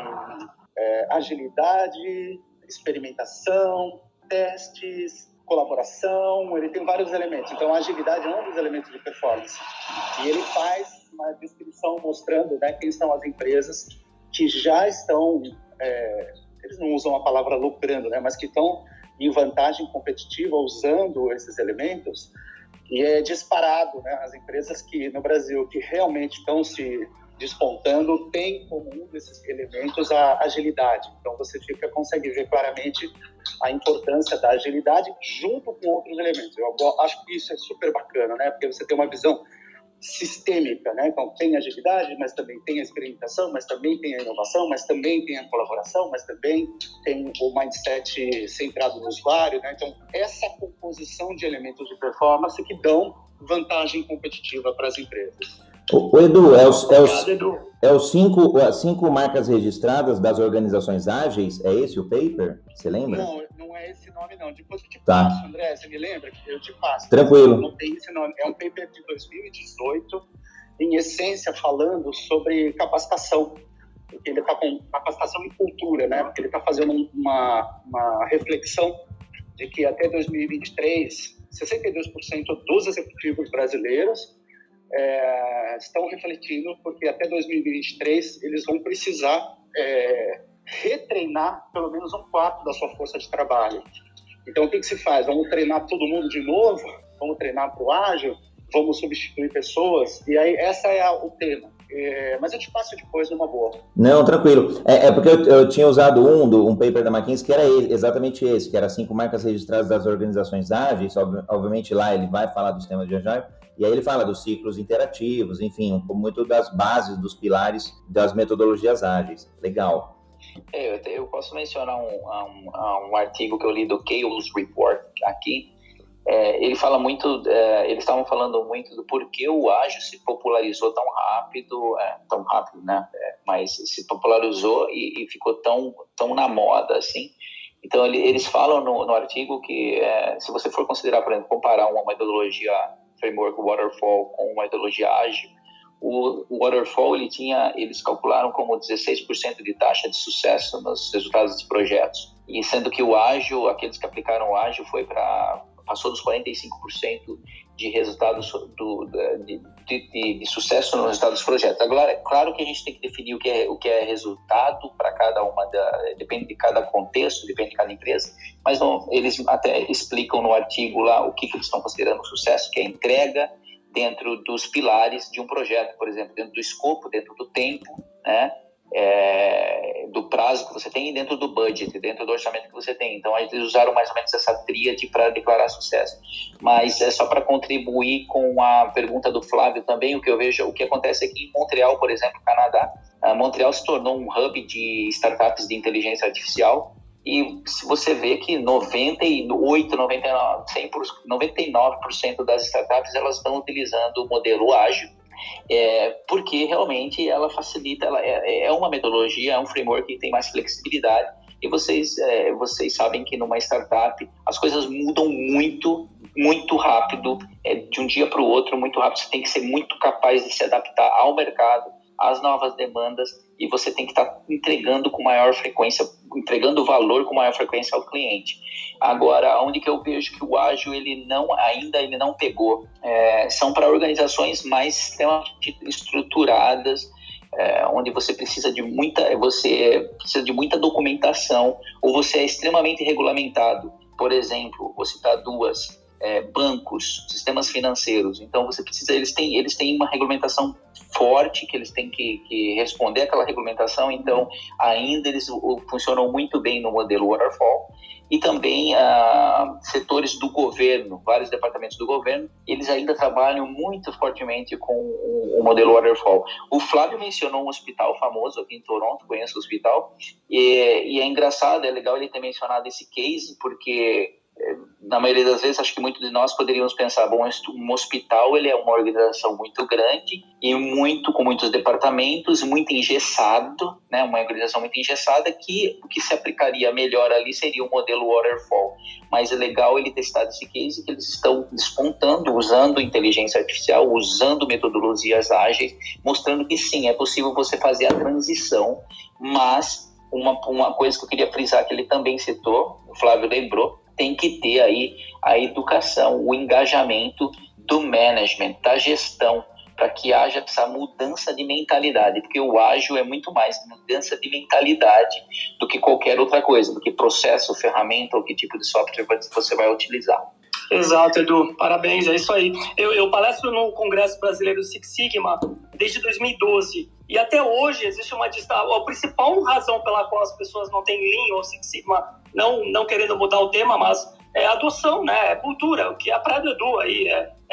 agilidade, experimentação, testes, colaboração, ele tem vários elementos. Então, a agilidade é um dos elementos de performance. E ele faz uma descrição mostrando, né, quem são as empresas que já estão, eles não usam a palavra lucrando, né, mas que estão em vantagem competitiva usando esses elementos. E é disparado, né, as empresas que no Brasil que realmente estão se despontando tem como um desses elementos a agilidade. Então você consegue ver claramente a importância da agilidade junto com outros elementos. Eu acho que isso é super bacana, né? Porque você tem uma visão sistêmica, né? Então tem a agilidade, mas também tem a experimentação, mas também tem a inovação, mas também tem a colaboração, mas também tem o mindset centrado no usuário, né? Então essa composição de elementos de performance que dão vantagem competitiva para as empresas. O Edu, as 5 marcas registradas das organizações ágeis, é esse o paper? Você lembra? Não é esse nome não. Depois eu te Tá. passo, André, você me lembra? Eu te passo. Tranquilo. Não tem esse nome. É um paper de 2018, em essência falando sobre capacitação. Porque ele está com capacitação e cultura, né? Porque ele está fazendo uma reflexão de que até 2023, 62% dos executivos brasileiros estão refletindo, porque até 2023 eles vão precisar retreinar pelo menos 1/4 da sua força de trabalho. Então, o que se faz? Vamos treinar todo mundo de novo? Vamos treinar para o ágil? Vamos substituir pessoas? E aí, essa é o tema. Mas eu te passo depois numa boa. Não, tranquilo. Porque eu tinha usado um paper da McKinsey que era exatamente esse, que era 5 marcas registradas das organizações ágeis. Obviamente lá ele vai falar dos temas de Agile, e aí ele fala dos ciclos interativos, enfim, muito das bases, dos pilares das metodologias ágeis. Legal. Eu posso mencionar um artigo que eu li do Chaos Report aqui. Ele fala muito, eles estavam falando muito do porquê o ágil se popularizou tão rápido, né? Mas se popularizou e ficou tão na moda, assim. Então, eles falam no artigo que se você for considerar, por exemplo, comparar uma metodologia framework Waterfall com uma metodologia ágil, o Waterfall, eles calcularam como 16% de taxa de sucesso nos resultados dos projetos. E sendo que o ágil, aqueles que aplicaram o ágil, passou dos 45% de resultados de sucesso nos resultados dos projetos. Agora, claro que a gente tem que definir o que é resultado para cada uma, depende de cada contexto, depende de cada empresa, mas eles até explicam no artigo lá o que eles estão considerando sucesso, que é a entrega dentro dos pilares de um projeto, por exemplo, dentro do escopo, dentro do tempo, né? Do prazo que você tem e dentro do budget, dentro do orçamento que você tem. Então, eles usaram mais ou menos essa tríade para declarar sucesso. Mas é só para contribuir com a pergunta do Flávio também, o que eu vejo, o que acontece aqui em Montreal, por exemplo, Canadá. Montreal se tornou um hub de startups de inteligência artificial, e se você vê que 99% das startups elas estão utilizando o modelo ágil. porque realmente ela facilita, ela é uma metodologia, é um framework que tem mais flexibilidade, e vocês sabem que numa startup as coisas mudam muito, muito rápido, de um dia para o outro, muito rápido. Você tem que ser muito capaz de se adaptar ao mercado, às novas demandas, e você tem que estar entregando com maior frequência, entregando valor com maior frequência ao cliente. Agora, onde que eu vejo que o ágil ele não pegou, são para organizações mais extremamente estruturadas, onde você precisa de muita documentação, ou você é extremamente regulamentado. Por exemplo, vou citar duas: bancos, sistemas financeiros. Então eles têm uma regulamentação forte, que eles têm que responder àquela regulamentação. Então ainda eles funcionam muito bem no modelo waterfall. E também setores do governo, vários departamentos do governo, eles ainda trabalham muito fortemente com o modelo waterfall. O Flávio mencionou um hospital famoso aqui em Toronto, conheço o hospital, e é engraçado, é legal ele ter mencionado esse case, porque na maioria das vezes, acho que muitos de nós poderíamos pensar, bom, um hospital ele é uma organização muito grande e com muitos departamentos, muito engessado, né? Uma organização muito engessada, que o que se aplicaria melhor ali seria o modelo waterfall. Mas é legal ele testar esse case, que eles estão despontando, usando inteligência artificial, usando metodologias ágeis, mostrando que sim, é possível você fazer a transição, mas uma coisa que eu queria frisar, que ele também citou, o Flávio lembrou, tem que ter aí a educação, o engajamento do management, da gestão, para que haja essa mudança de mentalidade, porque o ágil é muito mais mudança de mentalidade do que qualquer outra coisa, do que processo, ferramenta ou que tipo de software você vai utilizar. Exato, Edu. Parabéns, é isso aí. Eu palestro no Congresso Brasileiro Six Sigma desde 2012 e até hoje existe a principal razão pela qual as pessoas não têm Lean ou Six Sigma, não querendo mudar o tema, mas é adoção, né? É cultura, o que a praia do Edu aí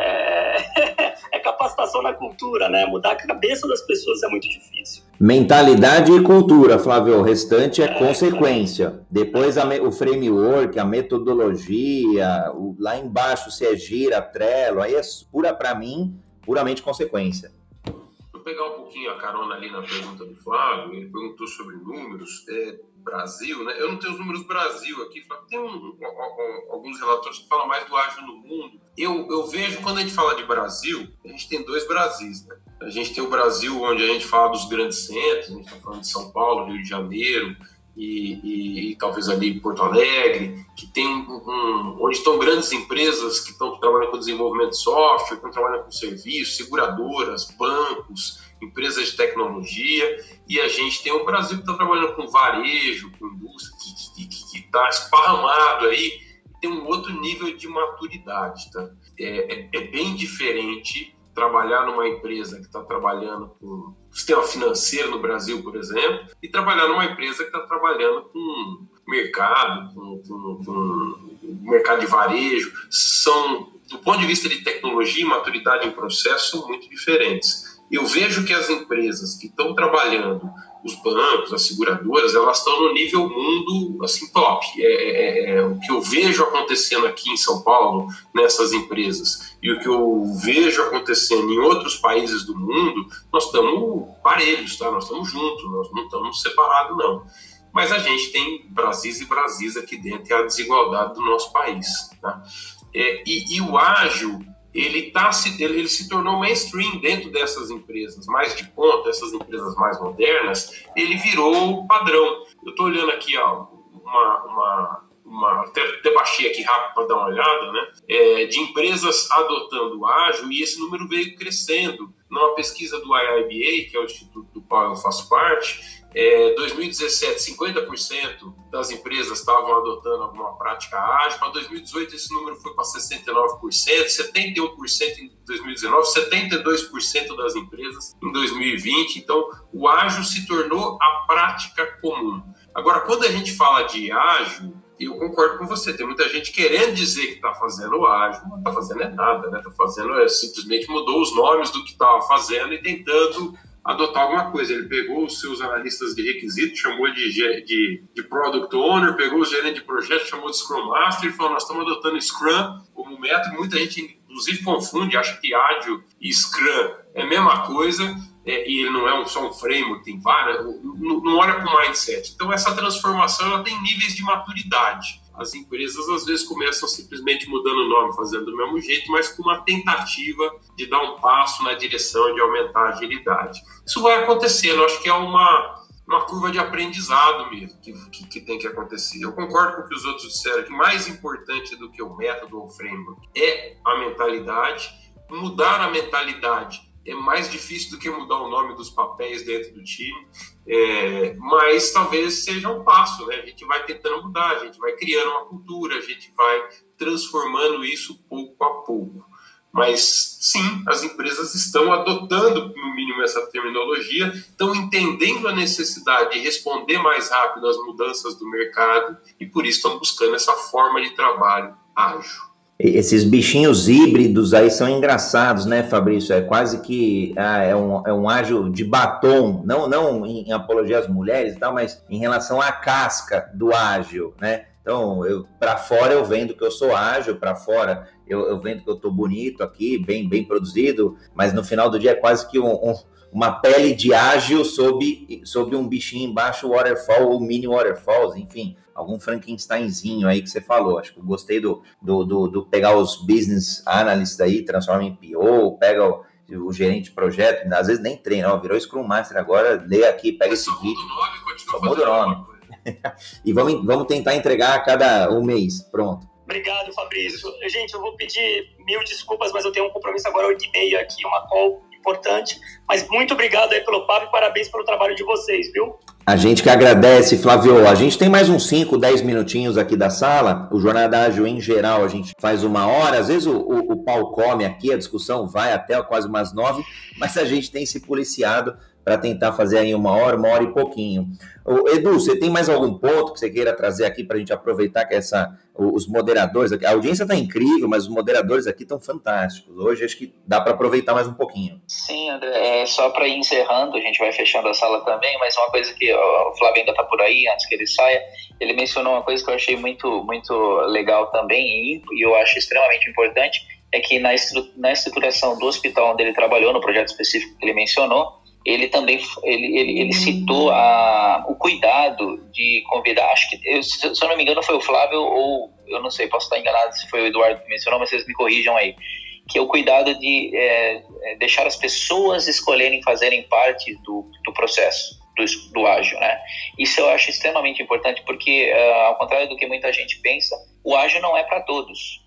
é capacitação na cultura, né? Mudar a cabeça das pessoas é muito difícil. Mentalidade e cultura, Flávio, o restante é consequência. Depois o framework, a metodologia, lá embaixo se é Gira, Trello, aí é puramente consequência. Vou pegar um pouquinho a carona ali na pergunta do Flávio. Ele perguntou sobre números, Brasil, né? Eu não tenho os números Brasil aqui, tem alguns relatórios que falam mais do ágil no mundo. Eu vejo, quando a gente fala de Brasil, a gente tem dois Brasis, né? A gente tem o Brasil onde a gente fala dos grandes centros, a gente está falando de São Paulo, Rio de Janeiro e talvez ali Porto Alegre, que tem onde estão grandes empresas que estão trabalhando com desenvolvimento de software, que estão trabalhando com serviços, seguradoras, bancos, empresas de tecnologia, e a gente tem o Brasil que está trabalhando com varejo, com indústria, que está esparramado aí, tem um outro nível de maturidade, tá? É bem diferente trabalhar numa empresa que está trabalhando com sistema financeiro no Brasil, por exemplo, e trabalhar numa empresa que está trabalhando com mercado, com mercado de varejo. Do ponto de vista de tecnologia e maturidade em processo, são muito diferentes. Eu vejo que as empresas que estão trabalhando, os bancos, as seguradoras, elas estão no nível mundo assim, top. O que eu vejo acontecendo aqui em São Paulo, nessas empresas, e o que eu vejo acontecendo em outros países do mundo, nós estamos parelhos, tá? Nós estamos juntos, nós não estamos separados, não. Mas a gente tem Brasis e Brasis aqui dentro, e a desigualdade do nosso país, tá? E o ágil, ele se tornou mainstream dentro dessas empresas mais de ponta, essas empresas mais modernas, ele virou padrão. Eu estou olhando aqui, ó, até baixei aqui rápido para dar uma olhada, né, de empresas adotando o ágil, e esse número veio crescendo. Numa pesquisa do IIBA, que é o instituto do qual eu faço parte, 2017, 50% das empresas estavam adotando alguma prática ágil. Para 2018, esse número foi para 69%, 71% em 2019, 72% das empresas em 2020. Então, o ágil se tornou a prática comum. Agora, quando a gente fala de ágil, eu concordo com você, tem muita gente querendo dizer que está fazendo ágil, não está fazendo nada, né? Está fazendo, simplesmente mudou os nomes do que estava fazendo e tentando adotar alguma coisa. Ele pegou os seus analistas de requisito, chamou de Product Owner, pegou o gerente de projeto, chamou de Scrum Master e falou, nós estamos adotando Scrum como método. Muita gente inclusive confunde, acha que Ágil e Scrum é a mesma coisa, e ele não é só um framework, tem várias, não olha para o mindset. Então essa transformação ela tem níveis de maturidade. As empresas às vezes começam simplesmente mudando o nome, fazendo do mesmo jeito, mas com uma tentativa de dar um passo na direção de aumentar a agilidade. Isso vai acontecendo, eu acho que é uma curva de aprendizado mesmo que tem que acontecer. Eu concordo com o que os outros disseram, que mais importante do que o método ou o framework é a mentalidade. Mudar a mentalidade é mais difícil do que mudar o nome dos papéis dentro do time, mas talvez seja um passo, né? A gente vai tentando mudar, a gente vai criando uma cultura, a gente vai transformando isso pouco a pouco. Mas, sim, as empresas estão adotando, no mínimo, essa terminologia, estão entendendo a necessidade de responder mais rápido às mudanças do mercado e, por isso, estão buscando essa forma de trabalho ágil. Esses bichinhos híbridos aí são engraçados, né, Fabrício? É quase que é um ágil de batom, não em apologia às mulheres e tal, mas em relação à casca do ágil, né? Então, para fora eu vendo que eu sou ágil, para fora eu vendo que eu estou bonito aqui, bem produzido, mas no final do dia é quase que uma pele de ágil sob um bichinho embaixo, waterfall ou mini waterfalls, enfim, algum Frankensteinzinho aí que você falou. Acho que eu gostei do pegar os business analysts aí, transforma em PO, pega o gerente de projeto, às vezes nem treina, virou Scrum Master agora, lê aqui, pega esse vídeo. Só muda o nome. E vamos tentar entregar a cada um mês. Pronto. Obrigado, Fabrício. Gente, eu vou pedir 1000 desculpas, mas eu tenho um compromisso agora 8h30 aqui, uma call importante. Mas muito obrigado aí pelo papo e parabéns pelo trabalho de vocês, viu? A gente que agradece, Flávio. A gente tem mais uns 5, 10 minutinhos aqui da sala. O Jornada Ágil, em geral, a gente faz 1 hora. Às vezes o pau come aqui, a discussão vai até quase umas 9, mas a gente tem se policiado para tentar fazer aí 1 hora e pouquinho. Edu, você tem mais algum ponto que você queira trazer aqui para a gente aproveitar que os moderadores aqui, a audiência está incrível, mas os moderadores aqui estão fantásticos. Hoje acho que dá para aproveitar mais um pouquinho. Sim, André, só para ir encerrando, a gente vai fechando a sala também, mas uma coisa que o Flávio ainda está por aí, antes que ele saia, ele mencionou uma coisa que eu achei muito, muito legal também, e eu acho extremamente importante, é que na estruturação do hospital onde ele trabalhou, no projeto específico que ele mencionou, ele também ele citou o cuidado de convidar, acho que, se eu não me engano, foi o Flávio, ou eu não sei, posso estar enganado se foi o Eduardo que mencionou, mas vocês me corrijam aí, que é o cuidado de deixar as pessoas escolherem fazerem parte do processo do ágil, né? Isso eu acho extremamente importante, porque ao contrário do que muita gente pensa, o ágil não é para todos.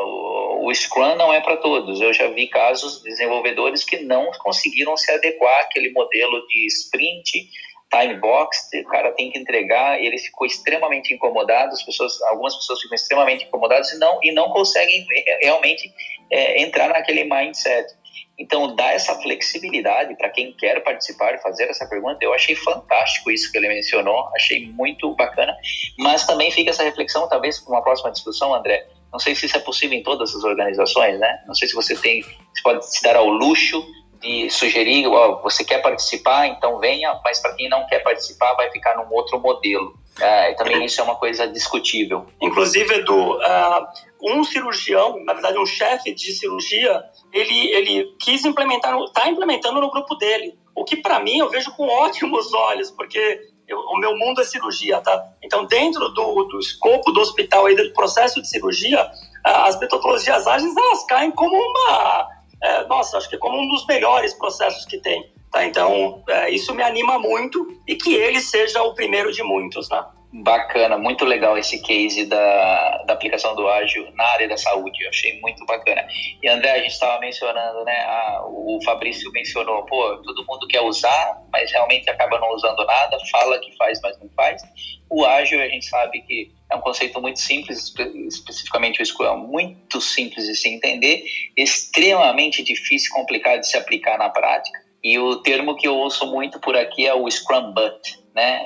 O Scrum não é para todos. Eu já vi casos de desenvolvedores que não conseguiram se adequar àquele modelo de sprint, time box, o cara tem que entregar, ele ficou extremamente incomodado, algumas pessoas ficam extremamente incomodadas e não conseguem realmente entrar naquele mindset. Então, dar essa flexibilidade para quem quer participar e fazer essa pergunta, eu achei fantástico isso que ele mencionou, achei muito bacana, mas também fica essa reflexão, talvez para uma próxima discussão, André. Não sei se isso é possível em todas as organizações, né? Não sei se você pode se dar ao luxo de sugerir, você quer participar, então venha, mas para quem não quer participar, vai ficar num outro modelo. Também isso é uma coisa discutível. Inclusive, Edu, um cirurgião, na verdade um chefe de cirurgia, ele quis está implementando no grupo dele, o que para mim eu vejo com ótimos olhos, porque o meu mundo é cirurgia, tá? Então, dentro do escopo do hospital, aí, do processo de cirurgia, as metodologias ágeis, elas caem como acho que é como um dos melhores processos que tem, tá? Então, isso me anima muito e que ele seja o primeiro de muitos, né? Bacana, muito legal esse case da aplicação do ágil na área da saúde, eu achei muito bacana. E André, a gente estava mencionando, né, o Fabrício mencionou, todo mundo quer usar, mas realmente acaba não usando nada, fala que faz, mas não faz. O ágil, a gente sabe que é um conceito muito simples, especificamente o Scrum, muito simples de se entender, extremamente difícil, complicado de se aplicar na prática. E o termo que eu ouço muito por aqui é o Scrum Butt, né?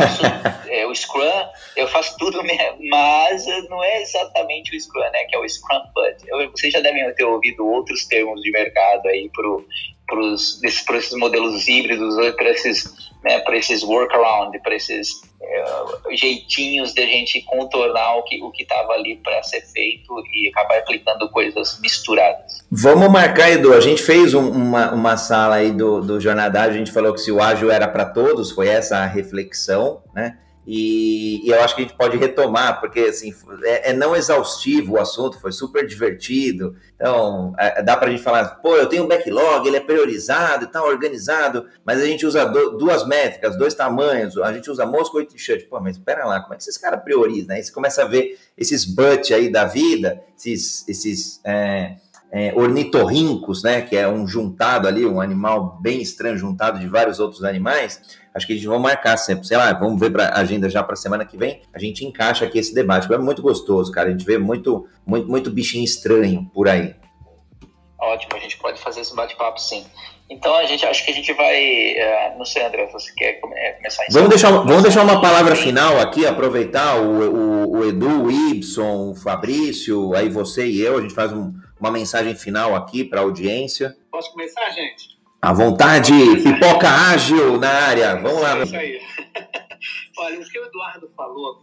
O Scrum, eu faço tudo mesmo, mas não é exatamente o Scrum, né? Que é o Scrum Butt. Vocês já devem ter ouvido outros termos de mercado aí para esses modelos híbridos, para esses né, para esses workaround, para esses jeitinhos de a gente contornar o que estava ali para ser feito e acabar aplicando coisas misturadas. Vamos marcar, Edu. A gente fez uma sala aí do Jornada Ágil, a gente falou que se o ágil era para todos, foi essa a reflexão, né? E eu acho que a gente pode retomar, porque assim, é não exaustivo o assunto, foi super divertido. Então, dá pra gente falar, pô, eu tenho um backlog, ele é priorizado e tal, organizado, mas a gente usa duas métricas, 2 tamanhos, a gente usa Moscow e T-shirt. Pô, mas espera lá, como é que esses caras priorizam? Aí você começa a ver esses but aí da vida, esses ornitorrincos, né, que é um juntado ali, um animal bem estranho juntado de vários outros animais. Acho que a gente vai marcar sempre, sei lá, vamos ver para a agenda já para a semana que vem, a gente encaixa aqui esse debate, é muito gostoso, cara, a gente vê muito bichinho estranho por aí. Ótimo, a gente pode fazer esse bate-papo sim. Então acho que a gente vai, não sei, André, você quer começar? Vamos deixar uma palavra final aqui, aproveitar o Edu, o Ibson, o Fabrício, aí você e eu, a gente faz uma mensagem final aqui para a audiência. Posso começar, gente? À vontade, pipoca ágil na área. Vamos lá. É isso aí. Olha, o que o Eduardo falou,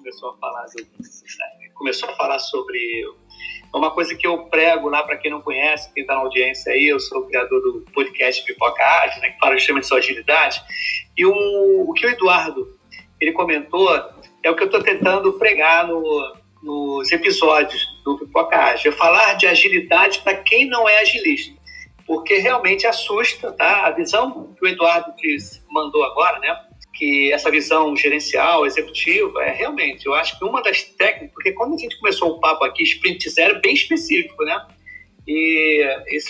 começou a falar sobre uma coisa que eu prego lá para quem não conhece, quem está na audiência aí, eu sou o criador do podcast Pipoca Ágil, né, que fala justamente sobre agilidade. E o que o Eduardo ele comentou é o que eu estou tentando pregar nos episódios do Pipoca Ágil. É falar de agilidade para quem não é agilista. Porque realmente assusta, tá? A visão que o Eduardo mandou agora, né? Que essa visão gerencial, executiva, realmente, eu acho que uma das técnicas, porque quando a gente começou o papo aqui, Sprint Zero é bem específico, né? E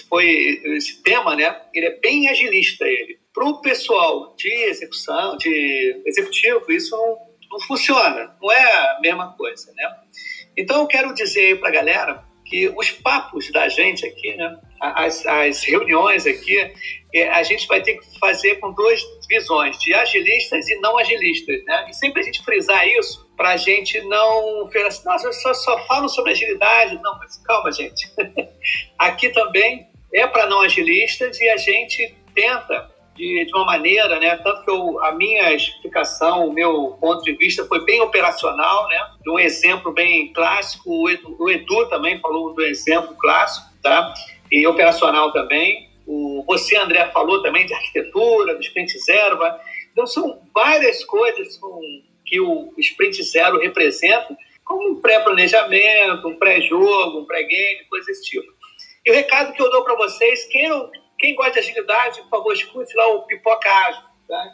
esse tema, né? Ele é bem agilista, ele. Para o pessoal de execução, de executivo, isso não funciona, não é a mesma coisa, né? Então eu quero dizer para a galera que os papos da gente aqui, né, as reuniões aqui, a gente vai ter que fazer com 2 visões, de agilistas e não agilistas, né? E sempre a gente frisar isso para a gente não falar assim, nossa, eu só falo sobre agilidade. Não, mas calma, gente. Aqui também é para não agilistas e a gente tenta de uma maneira, né? Tanto que a minha explicação, o meu ponto de vista foi bem operacional, né? De um exemplo bem clássico. O Edu também falou do exemplo clássico, tá? E operacional também. Você, André, falou também de arquitetura, do Sprint Zero. Então, são várias coisas que o Sprint Zero representa, como um pré-planejamento, um pré-jogo, um pré-game, coisa desse tipo. E o recado que eu dou para vocês, quem gosta de agilidade, por favor, escute lá o Pipoca Ágil. Tá?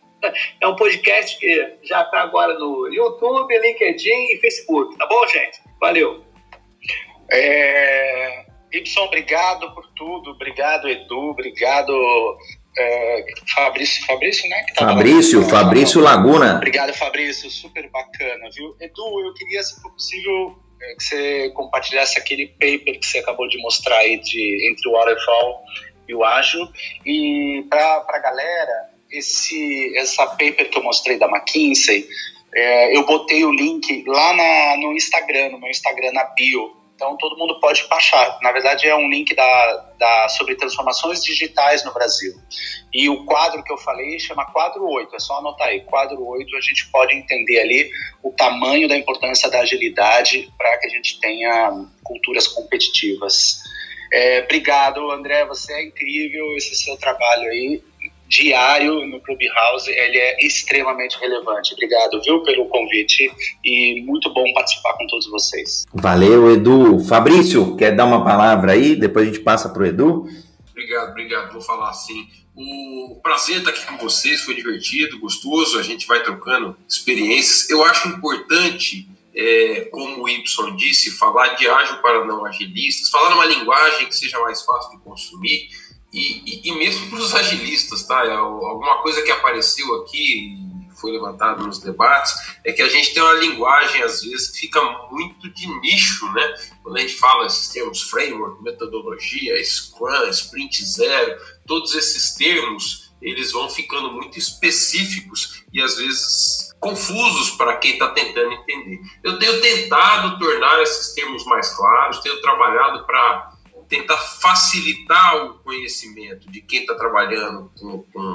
É um podcast que já está agora no YouTube, LinkedIn e Facebook. Tá bom, gente? Valeu. Ibson, obrigado por tudo. Obrigado, Edu. Obrigado, Fabrício, né? Fabrício Laguna. Obrigado, Fabrício. Super bacana, viu? Edu, eu queria, se for possível, que você compartilhasse aquele paper que você acabou de mostrar aí entre o Waterfall e o Ágil. E para a galera, essa paper que eu mostrei da McKinsey, eu botei o link lá no Instagram, no meu Instagram, na bio. Então, todo mundo pode baixar. Na verdade, é um link sobre transformações digitais no Brasil. E o quadro que eu falei chama Quadro 8. É só anotar aí. Quadro 8, a gente pode entender ali o tamanho da importância da agilidade para que a gente tenha culturas competitivas. Obrigado, André. Você é incrível. Esse seu trabalho aí, diário no Clubhouse, ele é extremamente relevante. Obrigado, viu, pelo convite e muito bom participar com todos vocês. Valeu, Edu. Fabrício, quer dar uma palavra aí? Depois a gente passa para o Edu. Obrigado. Vou falar assim. O prazer estar aqui com vocês, foi divertido, gostoso, a gente vai trocando experiências. Eu acho importante, como o Y disse, falar de ágil para não agilistas, falar numa linguagem que seja mais fácil de consumir. E mesmo para os agilistas, tá? Alguma coisa que apareceu aqui e foi levantada nos debates é que a gente tem uma linguagem, às vezes, que fica muito de nicho, né? Quando a gente fala esses termos framework, metodologia, Scrum, Sprint Zero, todos esses termos, eles vão ficando muito específicos e, às vezes, confusos para quem está tentando entender. Eu tenho tentado tornar esses termos mais claros, tenho trabalhado para tentar facilitar o conhecimento de quem está trabalhando com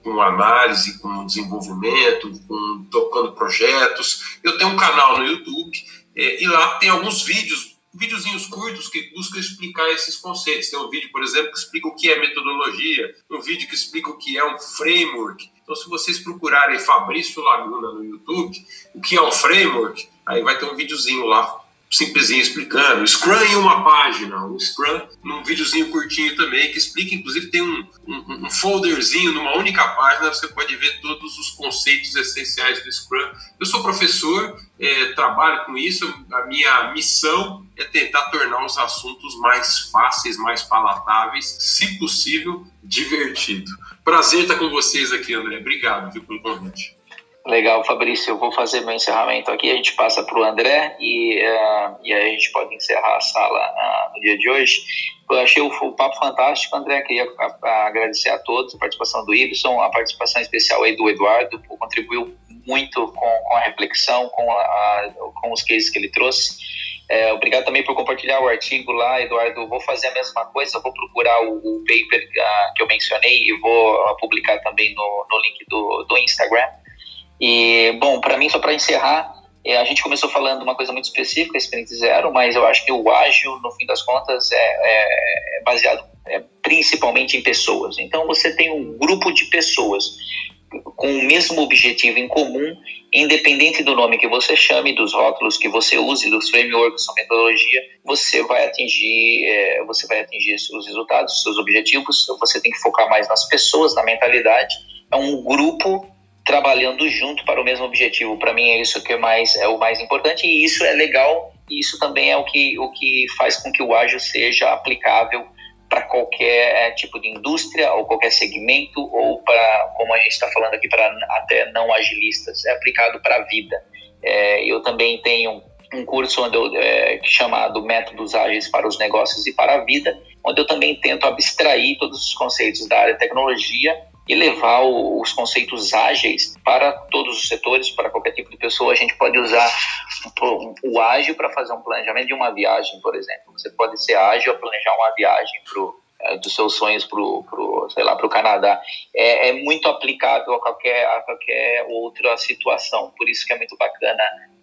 com análise, com desenvolvimento, tocando projetos. Eu tenho um canal no YouTube e lá tem alguns videozinhos curtos que buscam explicar esses conceitos. Tem um vídeo, por exemplo, que explica o que é metodologia, um vídeo que explica o que é um framework. Então, se vocês procurarem Fabrício Laguna no YouTube, o que é um framework, aí vai ter um videozinho lá, simplesinho, explicando. Scrum em uma página, o Scrum num videozinho curtinho também, que explica, inclusive tem um folderzinho numa única página, você pode ver todos os conceitos essenciais do Scrum. Eu sou professor, trabalho com isso, a minha missão é tentar tornar os assuntos mais fáceis, mais palatáveis, se possível, divertido. Prazer estar com vocês aqui, André. Obrigado, viu, pelo convite. Legal, Fabrício. Eu vou fazer meu encerramento aqui. A gente passa para o André e aí a gente pode encerrar a sala no dia de hoje. Eu achei o papo fantástico, André. Queria agradecer a todos, a participação do Ibson, a participação especial aí do Eduardo, que contribuiu muito com a reflexão, com os cases que ele trouxe. Obrigado também por compartilhar o artigo lá, Eduardo. Eu vou fazer a mesma coisa, eu vou procurar o paper que eu mencionei e vou publicar também no link do Instagram. E, bom, para mim, só para encerrar, a gente começou falando uma coisa muito específica, Sprint Zero, mas eu acho que o ágil, no fim das contas, é baseado principalmente em pessoas. Então, você tem um grupo de pessoas com o mesmo objetivo em comum, independente do nome que você chame, dos rótulos que você use, dos frameworks, sua metodologia, você vai atingir os resultados, os seus objetivos. Você tem que focar mais nas pessoas, na mentalidade. É um grupo trabalhando junto para o mesmo objetivo. Para mim é isso que é o mais importante, e isso é legal, e isso também é o que faz com que o ágil seja aplicável para qualquer tipo de indústria ou qualquer segmento, ou para, como a gente está falando aqui, para até não agilistas. É aplicado para a vida. Eu também tenho um curso chamado Métodos Ágeis para os Negócios e para a Vida, onde eu também tento abstrair todos os conceitos da área de tecnologia e levar os conceitos ágeis para todos os setores, para qualquer tipo de pessoa. A gente pode usar o ágil para fazer um planejamento de uma viagem, por exemplo. Você pode ser ágil a planejar uma viagem dos seus sonhos para o Canadá. É muito aplicável a qualquer outra situação. Por isso que é muito bacana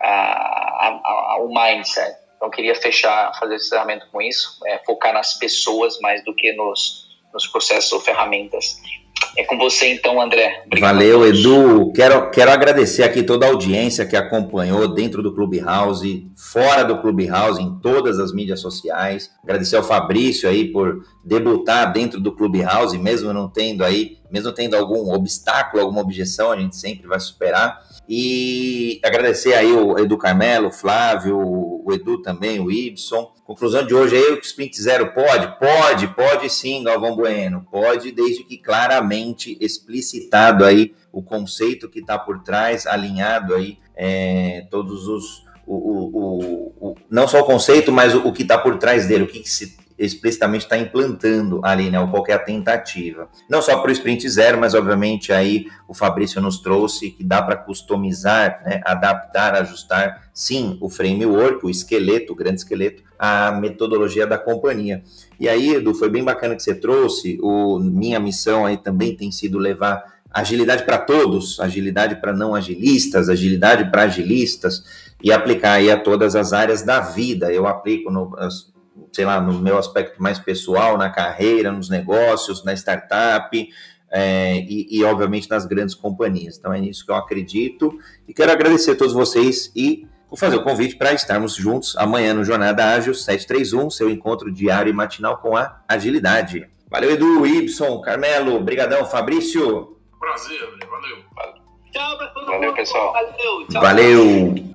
o mindset. Então, eu queria fazer esse encerramento com isso, focar nas pessoas mais do que nos processos ou ferramentas. É com você então, André. Obrigado. Valeu, Edu. Quero agradecer aqui toda a audiência que acompanhou dentro do Clubhouse, fora do Clubhouse, em todas as mídias sociais. Agradecer ao Fabrício aí por debutar dentro do Clubhouse, mesmo tendo algum obstáculo, alguma objeção, a gente sempre vai superar. E agradecer aí o Edu Carmelo, o Flávio, o Edu também, o Ibson. Conclusão de hoje aí, o Sprint Zero pode sim, Galvão Bueno, pode, desde que claramente explicitado aí o conceito que está por trás, alinhado aí todos os, não só o conceito, mas o que está por trás dele, o que se explicitamente está implantando ali, né, ou qualquer tentativa. Não só para o Sprint Zero, mas obviamente aí o Fabrício nos trouxe que dá para customizar, né, adaptar, ajustar, sim, o framework, o grande esqueleto, a metodologia da companhia. E aí, Edu, foi bem bacana que você trouxe, minha missão aí também tem sido levar agilidade para todos, agilidade para não agilistas, agilidade para agilistas, e aplicar aí a todas as áreas da vida. Eu aplico no meu aspecto mais pessoal, na carreira, nos negócios, na startup e obviamente nas grandes companhias. Então é nisso que eu acredito e quero agradecer a todos vocês e vou fazer o convite para estarmos juntos amanhã no Jornada Ágil 731, seu encontro diário e matinal com a agilidade. Valeu, Edu, Ibson, Carmelo, brigadão, Fabrício. Prazer, valeu. Tchau pra todo mundo. Valeu, pessoal. Valeu, tchau. Valeu.